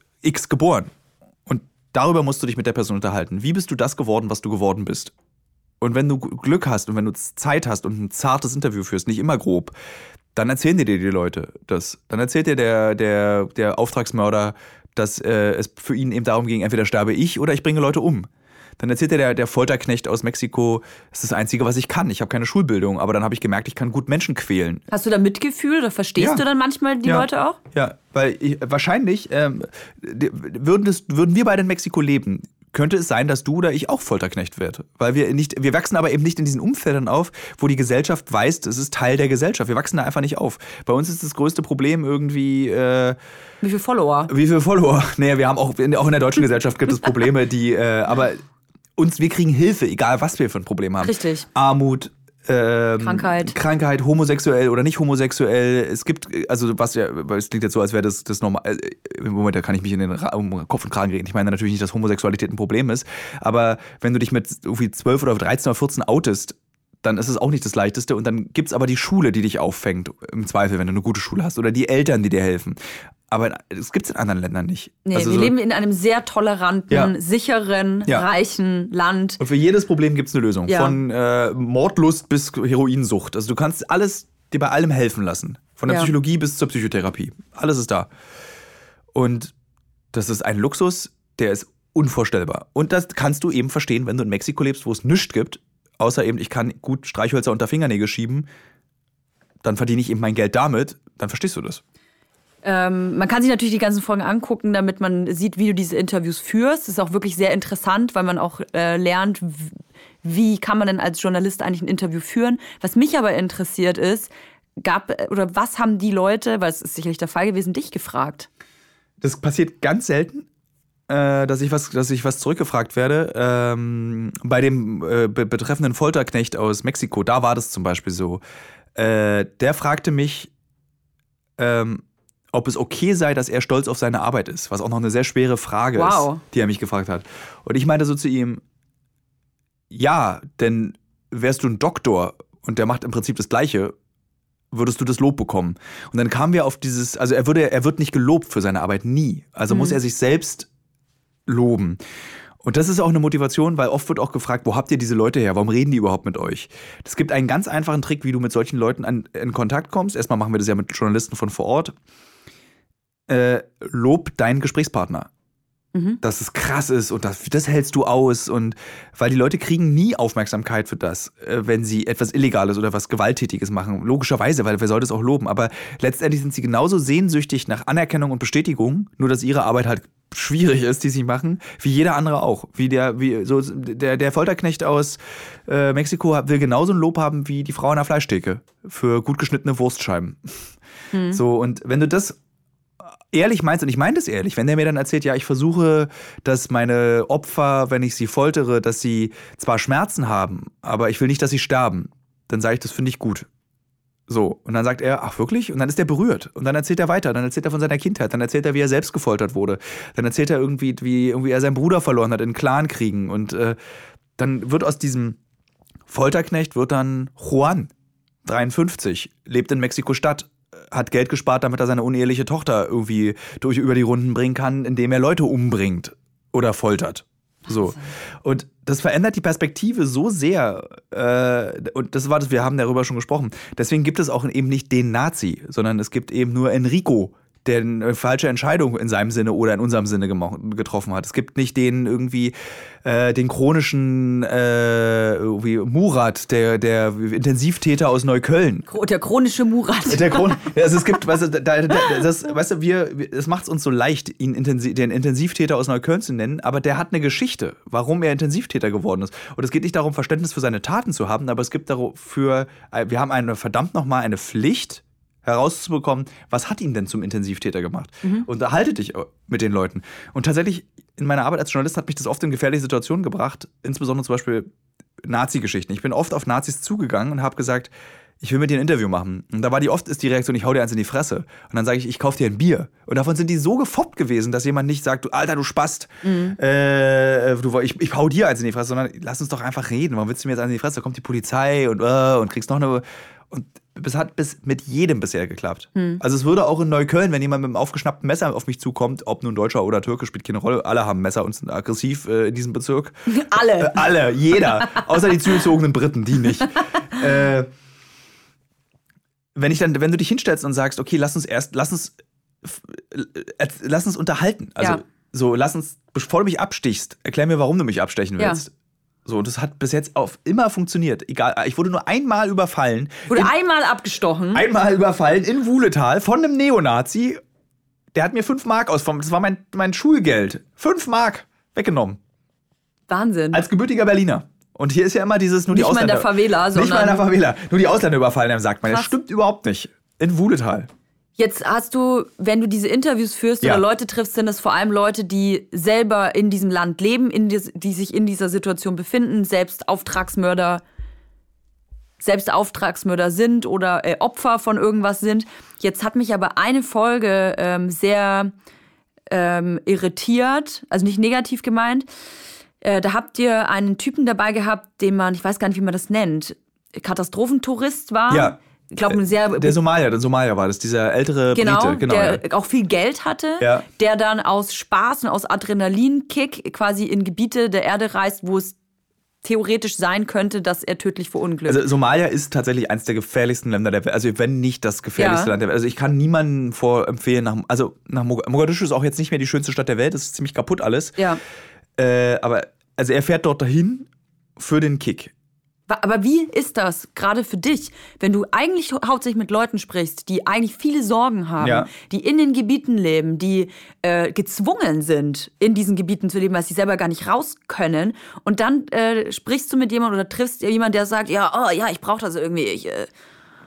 X geboren. Und darüber musst du dich mit der Person unterhalten. Wie bist du das geworden, was du geworden bist? Und wenn du Glück hast und wenn du Zeit hast und ein zartes Interview führst, nicht immer grob, dann erzählen dir die Leute das. Dann erzählt dir der, der, der Auftragsmörder, dass äh, es für ihn eben darum ging, entweder sterbe ich oder ich bringe Leute um. Dann erzählt dir der, der Folterknecht aus Mexiko, das ist das Einzige, was ich kann. Ich habe keine Schulbildung, aber dann habe ich gemerkt, ich kann gut Menschen quälen.
Hast du da Mitgefühl oder verstehst ja. du dann manchmal die
ja.
Leute auch?
Ja, weil ich, wahrscheinlich ähm, würden, das, würden wir beide in Mexiko leben, könnte es sein, dass du oder ich auch Folterknecht wird. Weil wir nicht, wir wachsen aber eben nicht in diesen Umfeldern auf, wo die Gesellschaft weiß, es ist Teil der Gesellschaft. Wir wachsen da einfach nicht auf. Bei uns ist das größte Problem irgendwie äh,
wie viele Follower?
Wie viele Follower? Naja, wir haben auch, auch in der deutschen Gesellschaft gibt es Probleme, die, äh, aber uns, wir kriegen Hilfe, egal was wir für ein Problem haben.
Richtig.
Armut, ähm,
Krankheit.
Krankheit, homosexuell oder nicht homosexuell. Es gibt, also was ja, es klingt jetzt so, als wäre das, das normal. Äh, Im Moment, da kann ich mich in den Ra- um Kopf und Kragen reden. Ich meine natürlich nicht, dass Homosexualität ein Problem ist, aber wenn du dich mit irgendwie zwölf oder dreizehn oder vierzehn outest, dann ist es auch nicht das Leichteste. Und dann gibt's aber die Schule, die dich auffängt, im Zweifel, wenn du eine gute Schule hast. Oder die Eltern, die dir helfen. Aber das gibt's in anderen Ländern nicht.
Nee,
also
wir
so,
leben in einem sehr toleranten,
ja.
sicheren,
ja.
reichen Land.
Und für jedes Problem gibt's eine Lösung.
Ja.
Von äh, Mordlust bis Heroinsucht. Also du kannst alles dir bei allem helfen lassen. Von der
ja.
Psychologie bis zur Psychotherapie. Alles ist da. Und das ist ein Luxus, der ist unvorstellbar. Und das kannst du eben verstehen, wenn du in Mexiko lebst, wo es nichts gibt. Außer eben, ich kann gut Streichhölzer unter Fingernägel schieben. Dann verdiene ich eben mein Geld damit. Dann verstehst du das.
Ähm, man kann sich natürlich die ganzen Folgen angucken, damit man sieht, wie du diese Interviews führst. Das ist auch wirklich sehr interessant, weil man auch äh, lernt, wie kann man denn als Journalist eigentlich ein Interview führen. Was mich aber interessiert ist, gab, oder was haben die Leute, weil es ist sicherlich der Fall gewesen, dich gefragt?
Das passiert ganz selten, äh, dass ich was, dass ich was zurückgefragt werde. Ähm, bei dem äh, be- betreffenden Folterknecht aus Mexiko, da war das zum Beispiel so. Äh, der fragte mich, ähm, ob es okay sei, dass er stolz auf seine Arbeit ist, was auch noch eine sehr schwere Frage
Wow.
ist, die er mich gefragt hat. Und ich meinte so zu ihm, ja, denn wärst du ein Doktor und der macht im Prinzip das Gleiche, würdest du das Lob bekommen. Und dann kamen wir auf dieses, also er würde, er wird nicht gelobt für seine Arbeit, nie. Also mhm. muss er sich selbst loben. Und das ist auch eine Motivation, weil oft wird auch gefragt, wo habt ihr diese Leute her? Warum reden die überhaupt mit euch? Es gibt einen ganz einfachen Trick, wie du mit solchen Leuten an, in Kontakt kommst. Erstmal machen wir das ja mit Journalisten von vor Ort. Äh, lob deinen Gesprächspartner. Mhm. Dass es krass ist und das, das hältst du aus. Und weil die Leute kriegen nie Aufmerksamkeit für das, wenn sie etwas Illegales oder was Gewalttätiges machen. Logischerweise, weil wer soll das auch loben. Aber letztendlich sind sie genauso sehnsüchtig nach Anerkennung und Bestätigung, nur dass ihre Arbeit halt schwierig ist, die sie machen, wie jeder andere auch. Wie der, wie so der, der Folterknecht aus äh, Mexiko will genauso ein Lob haben wie die Frau an der Fleischtheke für gut geschnittene Wurstscheiben. Mhm. So, und wenn du das ehrlich meinst, und ich meine das ehrlich, wenn der mir dann erzählt, ja, ich versuche, dass meine Opfer, wenn ich sie foltere, dass sie zwar Schmerzen haben, aber ich will nicht, dass sie sterben, dann sage ich, das finde ich gut. So, und dann sagt er, ach wirklich? Und dann ist er berührt. Und dann erzählt er weiter, dann erzählt er von seiner Kindheit, dann erzählt er, wie er selbst gefoltert wurde. Dann erzählt er irgendwie, wie irgendwie er seinen Bruder verloren hat in Clankriegen. Und äh, dann wird aus diesem Folterknecht wird dann Juan, dreiundfünfzig, lebt in Mexiko-Stadt, hat Geld gespart, damit er seine uneheliche Tochter irgendwie durch über die Runden bringen kann, indem er Leute umbringt oder foltert. So. Und das verändert die Perspektive so sehr. Äh, und das war das, wir haben darüber schon gesprochen. Deswegen gibt es auch eben nicht den Nazi, sondern es gibt eben nur Enrico, der eine falsche Entscheidung in seinem Sinne oder in unserem Sinne gemo- getroffen hat. Es gibt nicht den irgendwie äh, den chronischen äh, irgendwie Murat, der, der Intensivtäter aus Neukölln.
Der chronische Murat.
Der Chron- also es gibt, weißt du, da, da, das, weißt du, wir, es macht es uns so leicht, ihn intensiv, den Intensivtäter aus Neukölln zu nennen, aber der hat eine Geschichte, warum er Intensivtäter geworden ist. Und es geht nicht darum, Verständnis für seine Taten zu haben, aber es gibt dafür, wir haben eine verdammt nochmal eine Pflicht, herauszubekommen, was hat ihn denn zum Intensivtäter gemacht? Mhm. Unterhalte dich mit den Leuten. Und tatsächlich, in meiner Arbeit als Journalist hat mich das oft in gefährliche Situationen gebracht, insbesondere zum Beispiel Nazi-Geschichten. Ich bin oft auf Nazis zugegangen und habe gesagt, ich will mit dir ein Interview machen. Und da war die oft ist die Reaktion, ich hau dir eins in die Fresse. Und dann sage ich, ich kauf dir ein Bier. Und davon sind die so gefoppt gewesen, dass jemand nicht sagt, du Alter, du Spast, mhm. äh, du, ich, ich hau dir eins in die Fresse, sondern lass uns doch einfach reden. Warum willst du mir jetzt eins in die Fresse? Da kommt die Polizei und, uh, und kriegst noch eine... Und es hat bis mit jedem bisher geklappt. Hm. Also es würde auch in Neukölln, wenn jemand mit einem aufgeschnappten Messer auf mich zukommt, ob nun Deutscher oder Türke, spielt keine Rolle. Alle haben Messer und sind aggressiv äh, in diesem Bezirk.
Alle.
Äh, alle, jeder. Außer die zugezogenen Briten, die nicht. äh, wenn ich dann, wenn du dich hinstellst und sagst, okay, lass uns erst, lass uns, äh, lass uns unterhalten. Also ja. so, lass uns, bevor du mich abstichst, erklär mir, warum du mich abstechen willst. Ja. So, das hat bis jetzt auf immer funktioniert. Egal, ich wurde nur einmal überfallen.
Wurde in, einmal abgestochen?
Einmal überfallen in Wuhletal von einem Neonazi. Der hat mir fünf Mark aus, das war mein, mein Schulgeld. Fünf Mark weggenommen.
Wahnsinn.
Als gebürtiger Berliner. Und hier ist ja immer dieses, nur die
nicht
Ausländer.
Nicht mal in der Favela, sondern...
Nicht mal in der Favela. Nur die Ausländer überfallen, dann sagt man. Krass. Das stimmt überhaupt nicht. In Wuhletal.
Jetzt hast du, wenn du diese Interviews führst ja. oder Leute triffst, sind es vor allem Leute, die selber in diesem Land leben, in die, die sich in dieser Situation befinden, selbst Auftragsmörder, selbst Auftragsmörder sind oder äh, Opfer von irgendwas sind. Jetzt hat mich aber eine Folge ähm, sehr ähm, irritiert, also nicht negativ gemeint. Äh, da habt ihr einen Typen dabei gehabt, den man, ich weiß gar nicht, wie man das nennt, Katastrophentourist war.
Ja.
Ich glaube, sehr
der Somalier, der Somalier war das, dieser ältere
genau,
Brite. Genau,
der
ja.
auch viel Geld hatte,
ja.
der dann aus Spaß und aus Adrenalinkick quasi in Gebiete der Erde reist, wo es theoretisch sein könnte, dass er tödlich verunglückt.
Also Somalia ist tatsächlich eines der gefährlichsten Länder der Welt, also wenn nicht das gefährlichste ja. Land der Welt. Also ich kann niemandem vorempfehlen, nach, also nach Mogadischu ist auch jetzt nicht mehr die schönste Stadt der Welt, das ist ziemlich kaputt alles.
Ja.
Äh, aber also er fährt dort dahin für den Kick.
Aber wie ist das gerade für dich, wenn du eigentlich hauptsächlich mit Leuten sprichst, die eigentlich viele Sorgen haben, ja. die in den Gebieten leben, die äh, gezwungen sind, in diesen Gebieten zu leben, weil sie selber gar nicht raus können. Und dann äh, sprichst du mit jemandem oder triffst jemanden, der sagt, ja, oh, ja, ich brauche das irgendwie. Ich, äh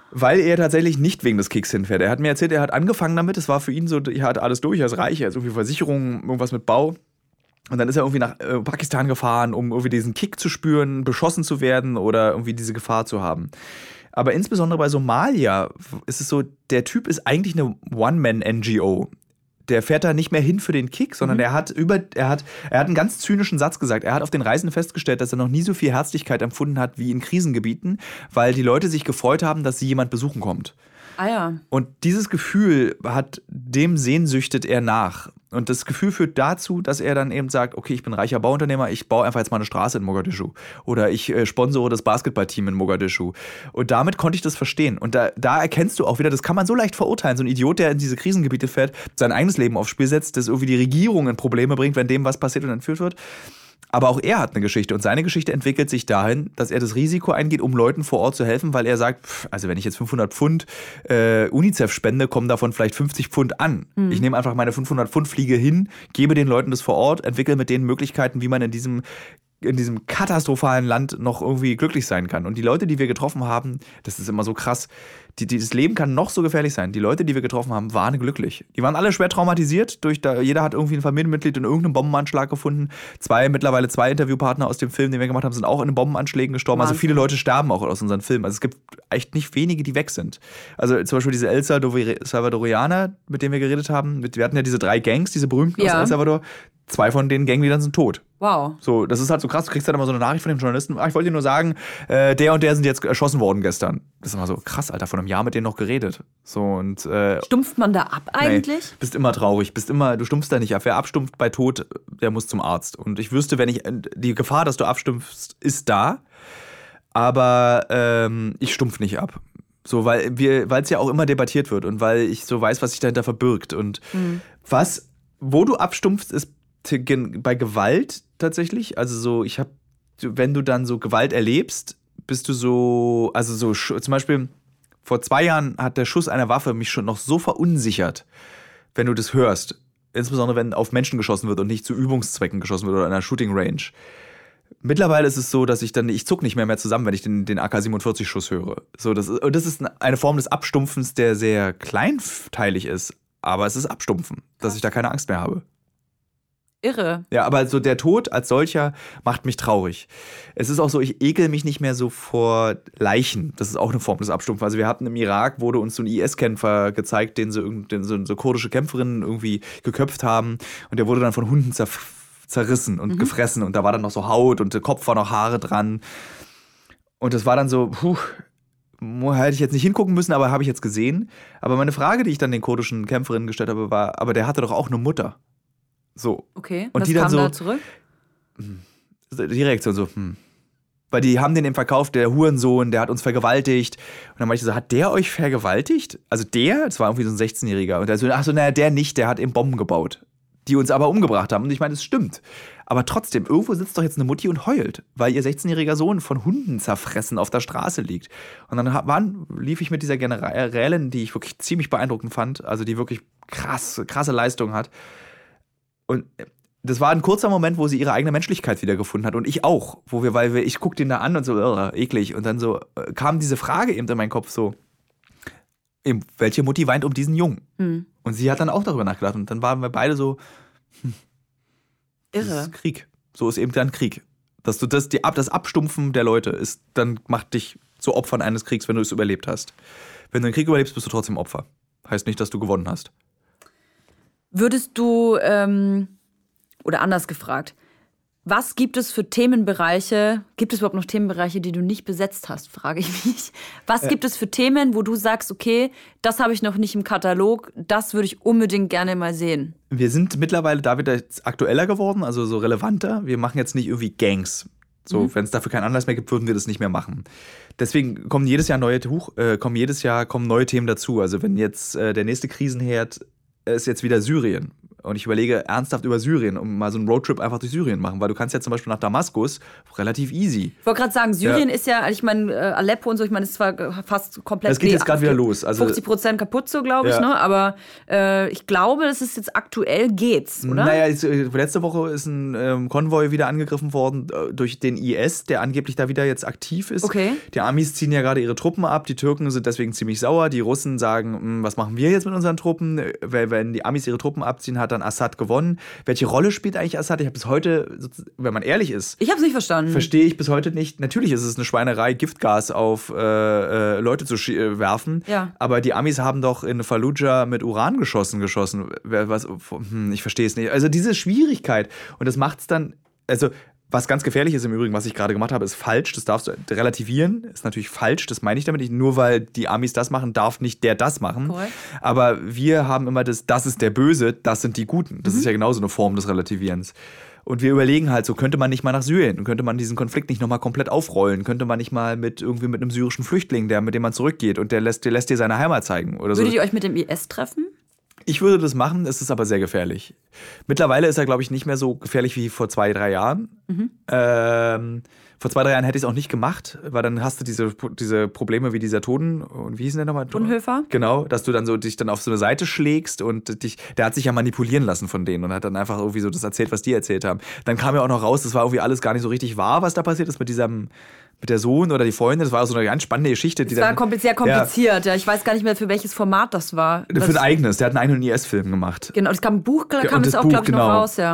Weil er tatsächlich nicht wegen des Kicks hinfährt. Er hat mir erzählt, er hat angefangen damit, es war für ihn so, er hatte alles durch, er ist reich, er hat irgendwie Versicherungen, irgendwas mit Bau. Und dann ist er irgendwie nach äh, Pakistan gefahren, um irgendwie diesen Kick zu spüren, beschossen zu werden oder irgendwie diese Gefahr zu haben. Aber insbesondere bei Somalia ist es so, der Typ ist eigentlich eine One-Man-N G O. Der fährt da nicht mehr hin für den Kick, sondern mhm. er hat über, er hat, er hat einen ganz zynischen Satz gesagt. Er hat auf den Reisen festgestellt, dass er noch nie so viel Herzlichkeit empfunden hat wie in Krisengebieten, weil die Leute sich gefreut haben, dass sie jemand besuchen kommt.
Ah ja.
Und dieses Gefühl hat, dem sehnsüchtet er nach. Und das Gefühl führt dazu, dass er dann eben sagt, okay, ich bin reicher Bauunternehmer, ich baue einfach jetzt mal eine Straße in Mogadischu. Oder ich äh, sponsore das Basketballteam in Mogadischu. Und damit konnte ich das verstehen. Und da, da erkennst du auch wieder, das kann man so leicht verurteilen. So ein Idiot, der in diese Krisengebiete fährt, sein eigenes Leben aufs Spiel setzt, das irgendwie die Regierung in Probleme bringt, wenn dem was passiert und entführt wird. Aber auch er hat eine Geschichte und seine Geschichte entwickelt sich dahin, dass er das Risiko eingeht, um Leuten vor Ort zu helfen, weil er sagt, pff, also wenn ich jetzt fünfhundert Pfund äh, UNICEF spende, kommen davon vielleicht fünfzig Pfund an. Mhm. Ich nehme einfach meine fünfhundert Pfund, fliege hin, gebe den Leuten das vor Ort, entwickle mit denen Möglichkeiten, wie man in diesem in diesem katastrophalen Land noch irgendwie glücklich sein kann. Und die Leute, die wir getroffen haben, das ist immer so krass, die, die, das Leben kann noch so gefährlich sein. Die Leute, die wir getroffen haben, waren glücklich. Die waren alle schwer traumatisiert. Durch da, jeder hat irgendwie ein Familienmitglied in irgendeinem Bombenanschlag gefunden. Zwei, mittlerweile zwei Interviewpartner aus dem Film, den wir gemacht haben, sind auch in den Bombenanschlägen gestorben. Wahnsinn. Also viele Leute sterben auch aus unseren Filmen. Also es gibt echt nicht wenige, die weg sind. Also zum Beispiel diese El Salvadorianer, mit denen wir geredet haben. Wir hatten ja diese drei Gangs, diese berühmten ja. aus El Salvador. Zwei von den Gangleadern sind tot.
Wow.
So, das ist halt so krass. Du kriegst dann immer so eine Nachricht von dem Journalisten. Ach, ich wollte dir nur sagen, äh, der und der sind jetzt erschossen worden gestern. Das ist immer so krass, Alter. Vor einem Jahr mit denen noch geredet. So und äh,
stumpft man da ab eigentlich?
Nee, bist immer traurig. Bist immer, du stumpfst da nicht ab. Wer abstumpft bei Tod, der muss zum Arzt. Und ich wüsste, wenn ich die Gefahr, dass du abstumpfst, ist da. Aber ähm, ich stumpf nicht ab. So, weil wir, weil es ja auch immer debattiert wird und weil ich so weiß, was sich dahinter verbirgt. Und mhm. was, wo du abstumpfst, ist bei Gewalt tatsächlich, also so, ich habe, wenn du dann so Gewalt erlebst, bist du so, also so, zum Beispiel vor zwei Jahren hat der Schuss einer Waffe mich schon noch so verunsichert, wenn du das hörst, insbesondere wenn auf Menschen geschossen wird und nicht zu Übungszwecken geschossen wird oder an einer Shooting Range. Mittlerweile ist es so, dass ich dann, ich zuck nicht mehr mehr zusammen, wenn ich den, den A K siebenundvierzig Schuss höre. So, das ist, und das ist eine Form des Abstumpfens, der sehr kleinteilig ist, aber es ist Abstumpfen, dass ich da keine Angst mehr habe.
Irre.
Ja, aber so der Tod als solcher macht mich traurig. Es ist auch so, ich ekel mich nicht mehr so vor Leichen. Das ist auch eine Form des Abstumpfens. Also wir hatten im Irak, wurde uns so ein I S-Kämpfer gezeigt, den so, den so, so kurdische Kämpferinnen irgendwie geköpft haben. Und der wurde dann von Hunden zer- zerrissen und mhm. gefressen. Und da war dann noch so Haut und der Kopf war noch Haare dran. Und das war dann so, puh, hätte ich jetzt nicht hingucken müssen, aber habe ich jetzt gesehen. Aber meine Frage, die ich dann den kurdischen Kämpferinnen gestellt habe, war, aber der hatte doch auch eine Mutter. So.
Okay,
und
was
die dann
kam
so,
da zurück?
Die Reaktion so, hm. Weil die haben den eben verkauft, der Hurensohn, der hat uns vergewaltigt. Und dann meinte ich so, hat der euch vergewaltigt? Also der, das war irgendwie so ein sechzehnjähriger. Und der so, ach so, naja, der nicht, der hat eben Bomben gebaut, die uns aber umgebracht haben. Und ich meine, das stimmt. Aber trotzdem, irgendwo sitzt doch jetzt eine Mutti und heult, weil ihr sechzehnjähriger Sohn von Hunden zerfressen auf der Straße liegt. Und dann waren, lief ich mit dieser Generälin, die ich wirklich ziemlich beeindruckend fand, also die wirklich krass, krasse Leistung hat. Und das war ein kurzer Moment, wo sie ihre eigene Menschlichkeit wiedergefunden hat und ich auch, wo wir, weil wir, ich guck den da an und so, uh, eklig, und dann so äh, kam diese Frage eben in meinen Kopf so, eben, welche Mutti weint um diesen Jungen? Mhm. Und sie hat dann auch darüber nachgedacht und dann waren wir beide so, hm,
irre.
Das ist Krieg, so ist eben dann Krieg, dass du das, die, das Abstumpfen der Leute ist, dann macht dich zu Opfern eines Kriegs, wenn du es überlebt hast. Wenn du einen Krieg überlebst, bist du trotzdem Opfer. Heißt nicht, dass du gewonnen hast.
Würdest du, ähm, oder anders gefragt, was gibt es für Themenbereiche, gibt es überhaupt noch Themenbereiche, die du nicht besetzt hast, frage ich mich. Was äh. gibt es für Themen, wo du sagst, okay, das habe ich noch nicht im Katalog, das würde ich unbedingt gerne mal sehen? Wir sind mittlerweile da wieder aktueller geworden, also so relevanter. Wir machen jetzt nicht irgendwie Gangs. So, mhm. Wenn es dafür keinen Anlass mehr gibt, würden wir das nicht mehr machen. Deswegen kommen jedes Jahr neue, äh, kommen jedes Jahr kommen neue Themen dazu. Also wenn jetzt äh, der nächste Krisenherd ist jetzt wieder Syrien.
Und ich überlege ernsthaft über Syrien, um mal so einen Roadtrip einfach durch Syrien machen, weil du kannst ja zum Beispiel nach Damaskus relativ easy.
Ich wollte gerade sagen, Syrien
ja.
ist ja, ich meine, Aleppo und so, ich meine, es ist zwar fast komplett...
Es geht jetzt gerade wieder los. Also
fünfzig Prozent kaputt so, glaube ich,
ja.
ne? Aber äh, ich glaube, das ist jetzt aktuell geht's, oder?
Naja, jetzt, letzte Woche ist ein ähm, Konvoi wieder angegriffen worden äh, durch den I S, der angeblich da wieder jetzt aktiv ist.
Okay.
Die Amis ziehen ja gerade ihre Truppen ab, die Türken sind deswegen ziemlich sauer, die Russen sagen, was machen wir jetzt mit unseren Truppen? Wenn die Amis ihre Truppen abziehen, hat dann Assad gewonnen. Welche Rolle spielt eigentlich Assad? Ich habe bis heute, wenn man ehrlich ist,
ich habe es nicht verstanden.
Verstehe ich bis heute nicht. Natürlich ist es eine Schweinerei, Giftgas auf äh, äh, Leute zu äh, werfen.
Ja.
Aber die Amis haben doch in Fallujah mit Uran geschossen, geschossen. Was, hm, ich verstehe es nicht. Also diese Schwierigkeit. Und das macht es dann, also was ganz gefährlich ist im Übrigen, was ich gerade gemacht habe, ist falsch. Das darfst du relativieren. Ist natürlich falsch. Das meine ich damit nicht. Nur weil die Amis das machen, darf nicht der das machen.
Correct.
Aber wir haben immer das, das ist der Böse, das sind die Guten. Das mhm. ist ja genauso eine Form des Relativierens. Und wir überlegen halt so, könnte man nicht mal nach Syrien und könnte man diesen Konflikt nicht nochmal komplett aufrollen? Könnte man nicht mal mit irgendwie mit einem syrischen Flüchtling, der, mit dem man zurückgeht und der lässt, der lässt dir seine Heimat zeigen oder so?
Würdet ihr euch mit dem I S treffen?
Ich würde das machen, es ist aber sehr gefährlich. Mittlerweile ist er, glaube ich, nicht mehr so gefährlich wie vor zwei, drei Jahren. Mhm. Ähm, vor zwei, drei Jahren hätte ich es auch nicht gemacht, weil dann hast du diese, diese Probleme wie dieser Toten, und wie hieß denn der nochmal?
Bonhoeffer?
Genau, dass du dann so dich dann auf so eine Seite schlägst und dich, der hat sich ja manipulieren lassen von denen und hat dann einfach irgendwie so das erzählt, was die erzählt haben. Dann kam ja auch noch raus, das war irgendwie alles gar nicht so richtig wahr, was da passiert ist mit diesem, mit der Sohn oder die Freundin. Das war so eine ganz spannende Geschichte. Die
das war
dann,
sehr kompliziert. Ja. Ich weiß gar nicht mehr, für welches Format das war.
Für ein eigenes. Der hat einen eigenen I S-Film gemacht.
Genau, es kam ein Buch, da kam es auch, glaube ich,
genau.
noch raus. Ja.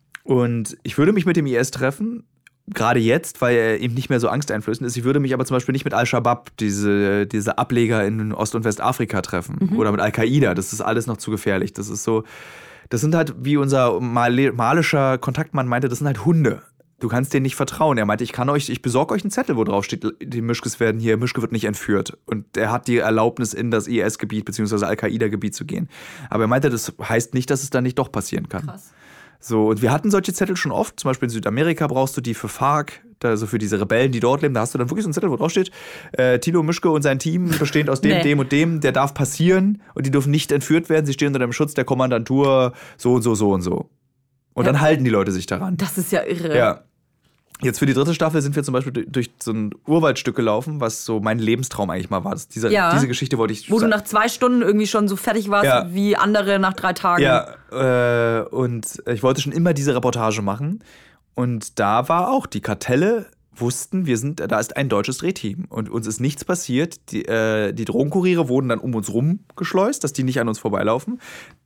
Und ich würde mich mit dem I S treffen, gerade jetzt, weil er eben nicht mehr so angsteinflößend ist. Ich würde mich aber zum Beispiel nicht mit Al-Shabaab, diese, diese Ableger in Ost- und Westafrika, treffen. Mhm. Oder mit Al-Qaida. Das ist alles noch zu gefährlich. Das ist so, das sind halt, wie unser malischer Kontaktmann meinte, das sind halt Hunde. Du kannst denen nicht vertrauen. Er meinte, ich kann euch, ich besorge euch einen Zettel, wo drauf steht, die Mischkes werden hier, Mischke wird nicht entführt. Und er hat die Erlaubnis, in das I S-Gebiet bzw. Al-Qaida-Gebiet zu gehen. Aber er meinte, das heißt nicht, dass es dann nicht doch passieren kann. Krass. So, und wir hatten solche Zettel schon oft. Zum Beispiel in Südamerika brauchst du die für FARC, also für diese Rebellen, die dort leben. Da hast du dann wirklich so einen Zettel, wo drauf steht, äh, Thilo Mischke und sein Team, bestehend aus dem, nee. dem und dem, der darf passieren und die dürfen nicht entführt werden. Sie stehen unter dem Schutz der Kommandantur, so und so, so und so. Und ja. dann halten die Leute sich daran.
Das ist ja irre.
Ja. Jetzt für die dritte Staffel sind wir zum Beispiel durch so ein Urwaldstück gelaufen, was so mein Lebenstraum eigentlich mal war. Das, diese, ja. diese Geschichte wollte ich...
Wo du nach zwei Stunden irgendwie schon so fertig warst, ja. wie andere nach drei Tagen.
Ja, äh, und ich wollte schon immer diese Reportage machen. Und da war auch, die Kartelle wussten, wir sind, da ist ein deutsches Drehteam. Und uns ist nichts passiert. Die, äh, die Drogenkuriere wurden dann um uns rum geschleust, dass die nicht an uns vorbeilaufen.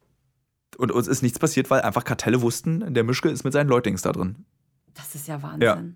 Und uns ist nichts passiert, weil einfach Kartelle wussten, der Mischke ist mit seinen Leutings da drin.
Das ist ja Wahnsinn.
Ja.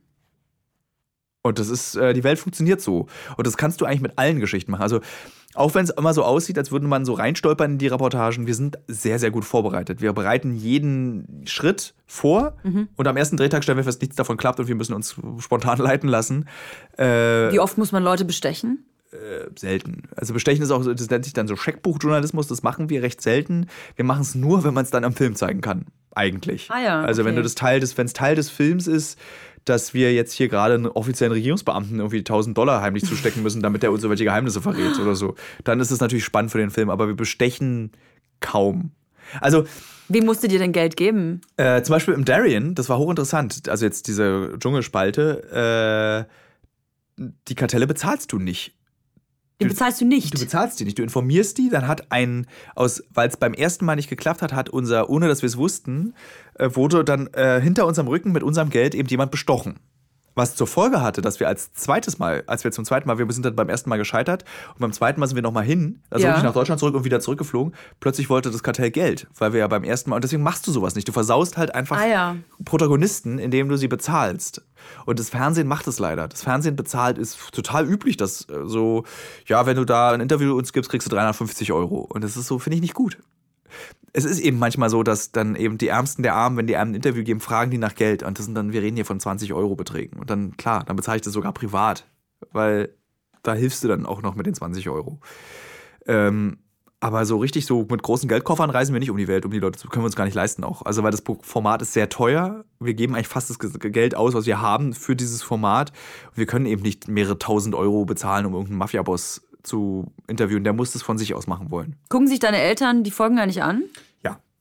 Und das ist, äh, die Welt funktioniert so. Und das kannst du eigentlich mit allen Geschichten machen. Also, auch wenn es immer so aussieht, als würde man so reinstolpern in die Reportagen, wir sind sehr, sehr gut vorbereitet. Wir bereiten jeden Schritt vor mhm. und am ersten Drehtag stellen wir fest, nichts davon klappt und wir müssen uns spontan leiten lassen.
Äh, Wie oft muss man Leute bestechen?
Äh, selten. Also bestechen ist auch, das nennt sich dann so Scheckbuchjournalismus, das machen wir recht selten. Wir machen es nur, wenn man es dann am Film zeigen kann. Eigentlich.
Ah ja,
also
okay.
wenn du das Teil des, wenn es Teil des Films ist, dass wir jetzt hier gerade einen offiziellen Regierungsbeamten irgendwie tausend Dollar heimlich zustecken müssen, damit der uns so welche Geheimnisse verrät oder so, dann ist es natürlich spannend für den Film, aber wir bestechen kaum. Also
wem musstet ihr denn Geld geben?
Äh, zum Beispiel im Darien, das war hochinteressant, also jetzt diese Dschungelspalte, äh, die Kartelle bezahlst du nicht.
Den bezahlst du nicht?
Du bezahlst die nicht. Du informierst die, dann hat ein, aus, weil es beim ersten Mal nicht geklappt hat, hat unser, ohne dass wir es wussten, äh, wurde dann äh, hinter unserem Rücken mit unserem Geld eben jemand bestochen. Was zur Folge hatte, dass wir als zweites Mal, als wir zum zweiten Mal, wir sind dann beim ersten Mal gescheitert und beim zweiten Mal sind wir nochmal hin, also
ja.
wirklich nach Deutschland zurück und wieder zurückgeflogen. Plötzlich wollte das Kartell Geld, weil wir ja beim ersten Mal, und deswegen machst du sowas nicht. Du versaust halt einfach
ah, ja.
Protagonisten, indem du sie bezahlst. Und das Fernsehen macht es leider. Das Fernsehen bezahlt ist total üblich, dass so, ja, wenn du da ein Interview uns gibst, kriegst du dreihundertfünfzig Euro. Und das ist so, finde ich nicht gut. Es ist eben manchmal so, dass dann eben die Ärmsten der Armen, wenn die einem ein Interview geben, fragen die nach Geld. Und das sind dann, wir reden hier von zwanzig Euro Beträgen. Und dann, klar, dann bezahle ich das sogar privat. Weil da hilfst du dann auch noch mit den zwanzig Euro. Ähm, aber so richtig so mit großen Geldkoffern reisen wir nicht um die Welt, um die Leute zu, können wir uns gar nicht leisten auch. Also weil das Format ist sehr teuer. Wir geben eigentlich fast das Geld aus, was wir haben für dieses Format. Wir können eben nicht mehrere tausend Euro bezahlen, um irgendeinen Mafia-Boss zu interviewen. Der muss das von sich aus machen wollen.
Gucken sich deine Eltern die Folgen gar nicht an?
Ja.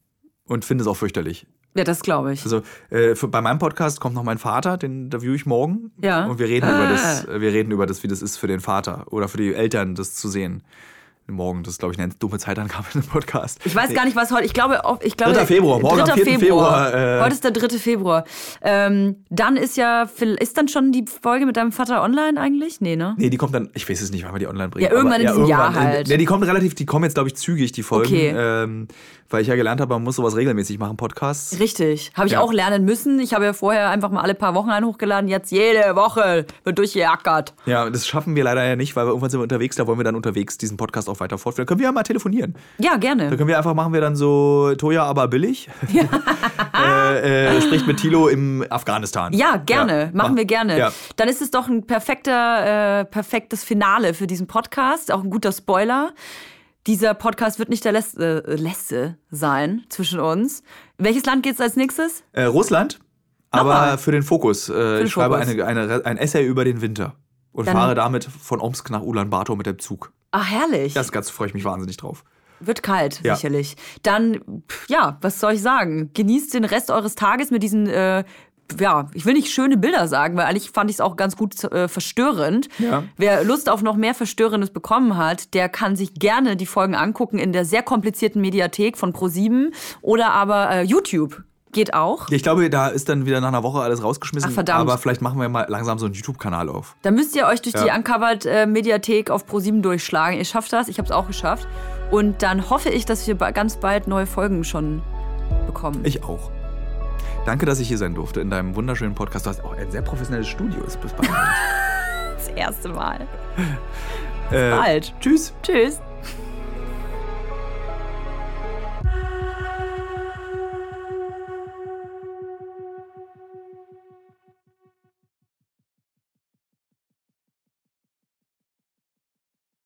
und finde es auch fürchterlich.
Ja, das glaube ich.
Also äh, für, bei meinem Podcast kommt noch mein Vater, den interviewe ich morgen.
Ja.
Und wir reden ah. über das, wir reden über das, wie das ist für den Vater oder für die Eltern, das zu sehen. Morgen, das ist, glaube ich, eine dumme Zeitangabe in dem Podcast.
Ich weiß gar nicht, was heute, ich glaube, ich glaube
dritter Februar, morgen am vierten Februar.
Äh heute ist der dritte Februar. Ähm, dann ist ja, ist dann schon die Folge mit deinem Vater online eigentlich? Nee, ne?
Nee, die kommt dann, ich weiß es nicht, wann wir die online bringen.
Ja, irgendwann
aber,
in diesem
ja,
Jahr halt.
Nee, die kommen relativ, die kommen jetzt, glaube ich, zügig, die Folgen.
Okay.
Ähm, weil ich ja gelernt habe, man muss sowas regelmäßig machen, Podcasts.
Richtig. Habe ich
ja.
auch lernen müssen. Ich habe ja vorher einfach mal alle paar Wochen einen hochgeladen. Jetzt jede Woche wird durchgeackert.
Ja, das schaffen wir leider ja nicht, weil wir irgendwann sind wir unterwegs. Da wollen wir dann unterwegs diesen Podcast auch weiter fortführen. Da können wir ja mal telefonieren.
Ja, gerne.
Da können wir einfach, machen wir dann so Toja, aber billig. Ja. äh, äh, spricht mit Thilo im Afghanistan.
Ja, gerne. Ja. Machen wir gerne.
Ja.
Dann ist es doch ein perfekter, äh, perfektes Finale für diesen Podcast. Auch ein guter Spoiler. Dieser Podcast wird nicht der letzte, äh, letzte sein zwischen uns. In welches Land geht's als nächstes?
Äh, Russland, aber
Nochmal.
für den Fokus. Äh,
für den
ich schreibe
Fokus.
Eine, eine, ein Essay über den Winter und
Dann
fahre damit von Omsk nach Ulaanbaatar mit dem Zug.
Ach, herrlich.
Das Ganze freue ich mich wahnsinnig drauf.
Wird kalt,
ja.
sicherlich. Dann, ja, was soll ich sagen? Genießt den Rest eures Tages mit diesen, äh, ja, ich will nicht schöne Bilder sagen, weil eigentlich fand ich es auch ganz gut äh, verstörend.
Ja.
Wer Lust auf noch mehr Verstörendes bekommen hat, der kann sich gerne die Folgen angucken in der sehr komplizierten Mediathek von ProSieben oder aber äh, YouTube. Geht auch.
Ich glaube, da ist dann wieder nach einer Woche alles rausgeschmissen.
Ach, verdammt.
Aber vielleicht machen wir mal langsam so einen YouTube-Kanal auf.
Da müsst ihr euch durch
ja.
die Uncovered-Mediathek auf ProSieben durchschlagen. Ihr schafft das, ich habe es auch geschafft. Und dann hoffe ich, dass wir ganz bald neue Folgen schon bekommen.
Ich auch. Danke, dass ich hier sein durfte in deinem wunderschönen Podcast. Du hast auch ein sehr professionelles Studio. Ist bis bald.
Das erste Mal.
Bis
bald.
Tschüss.
Tschüss.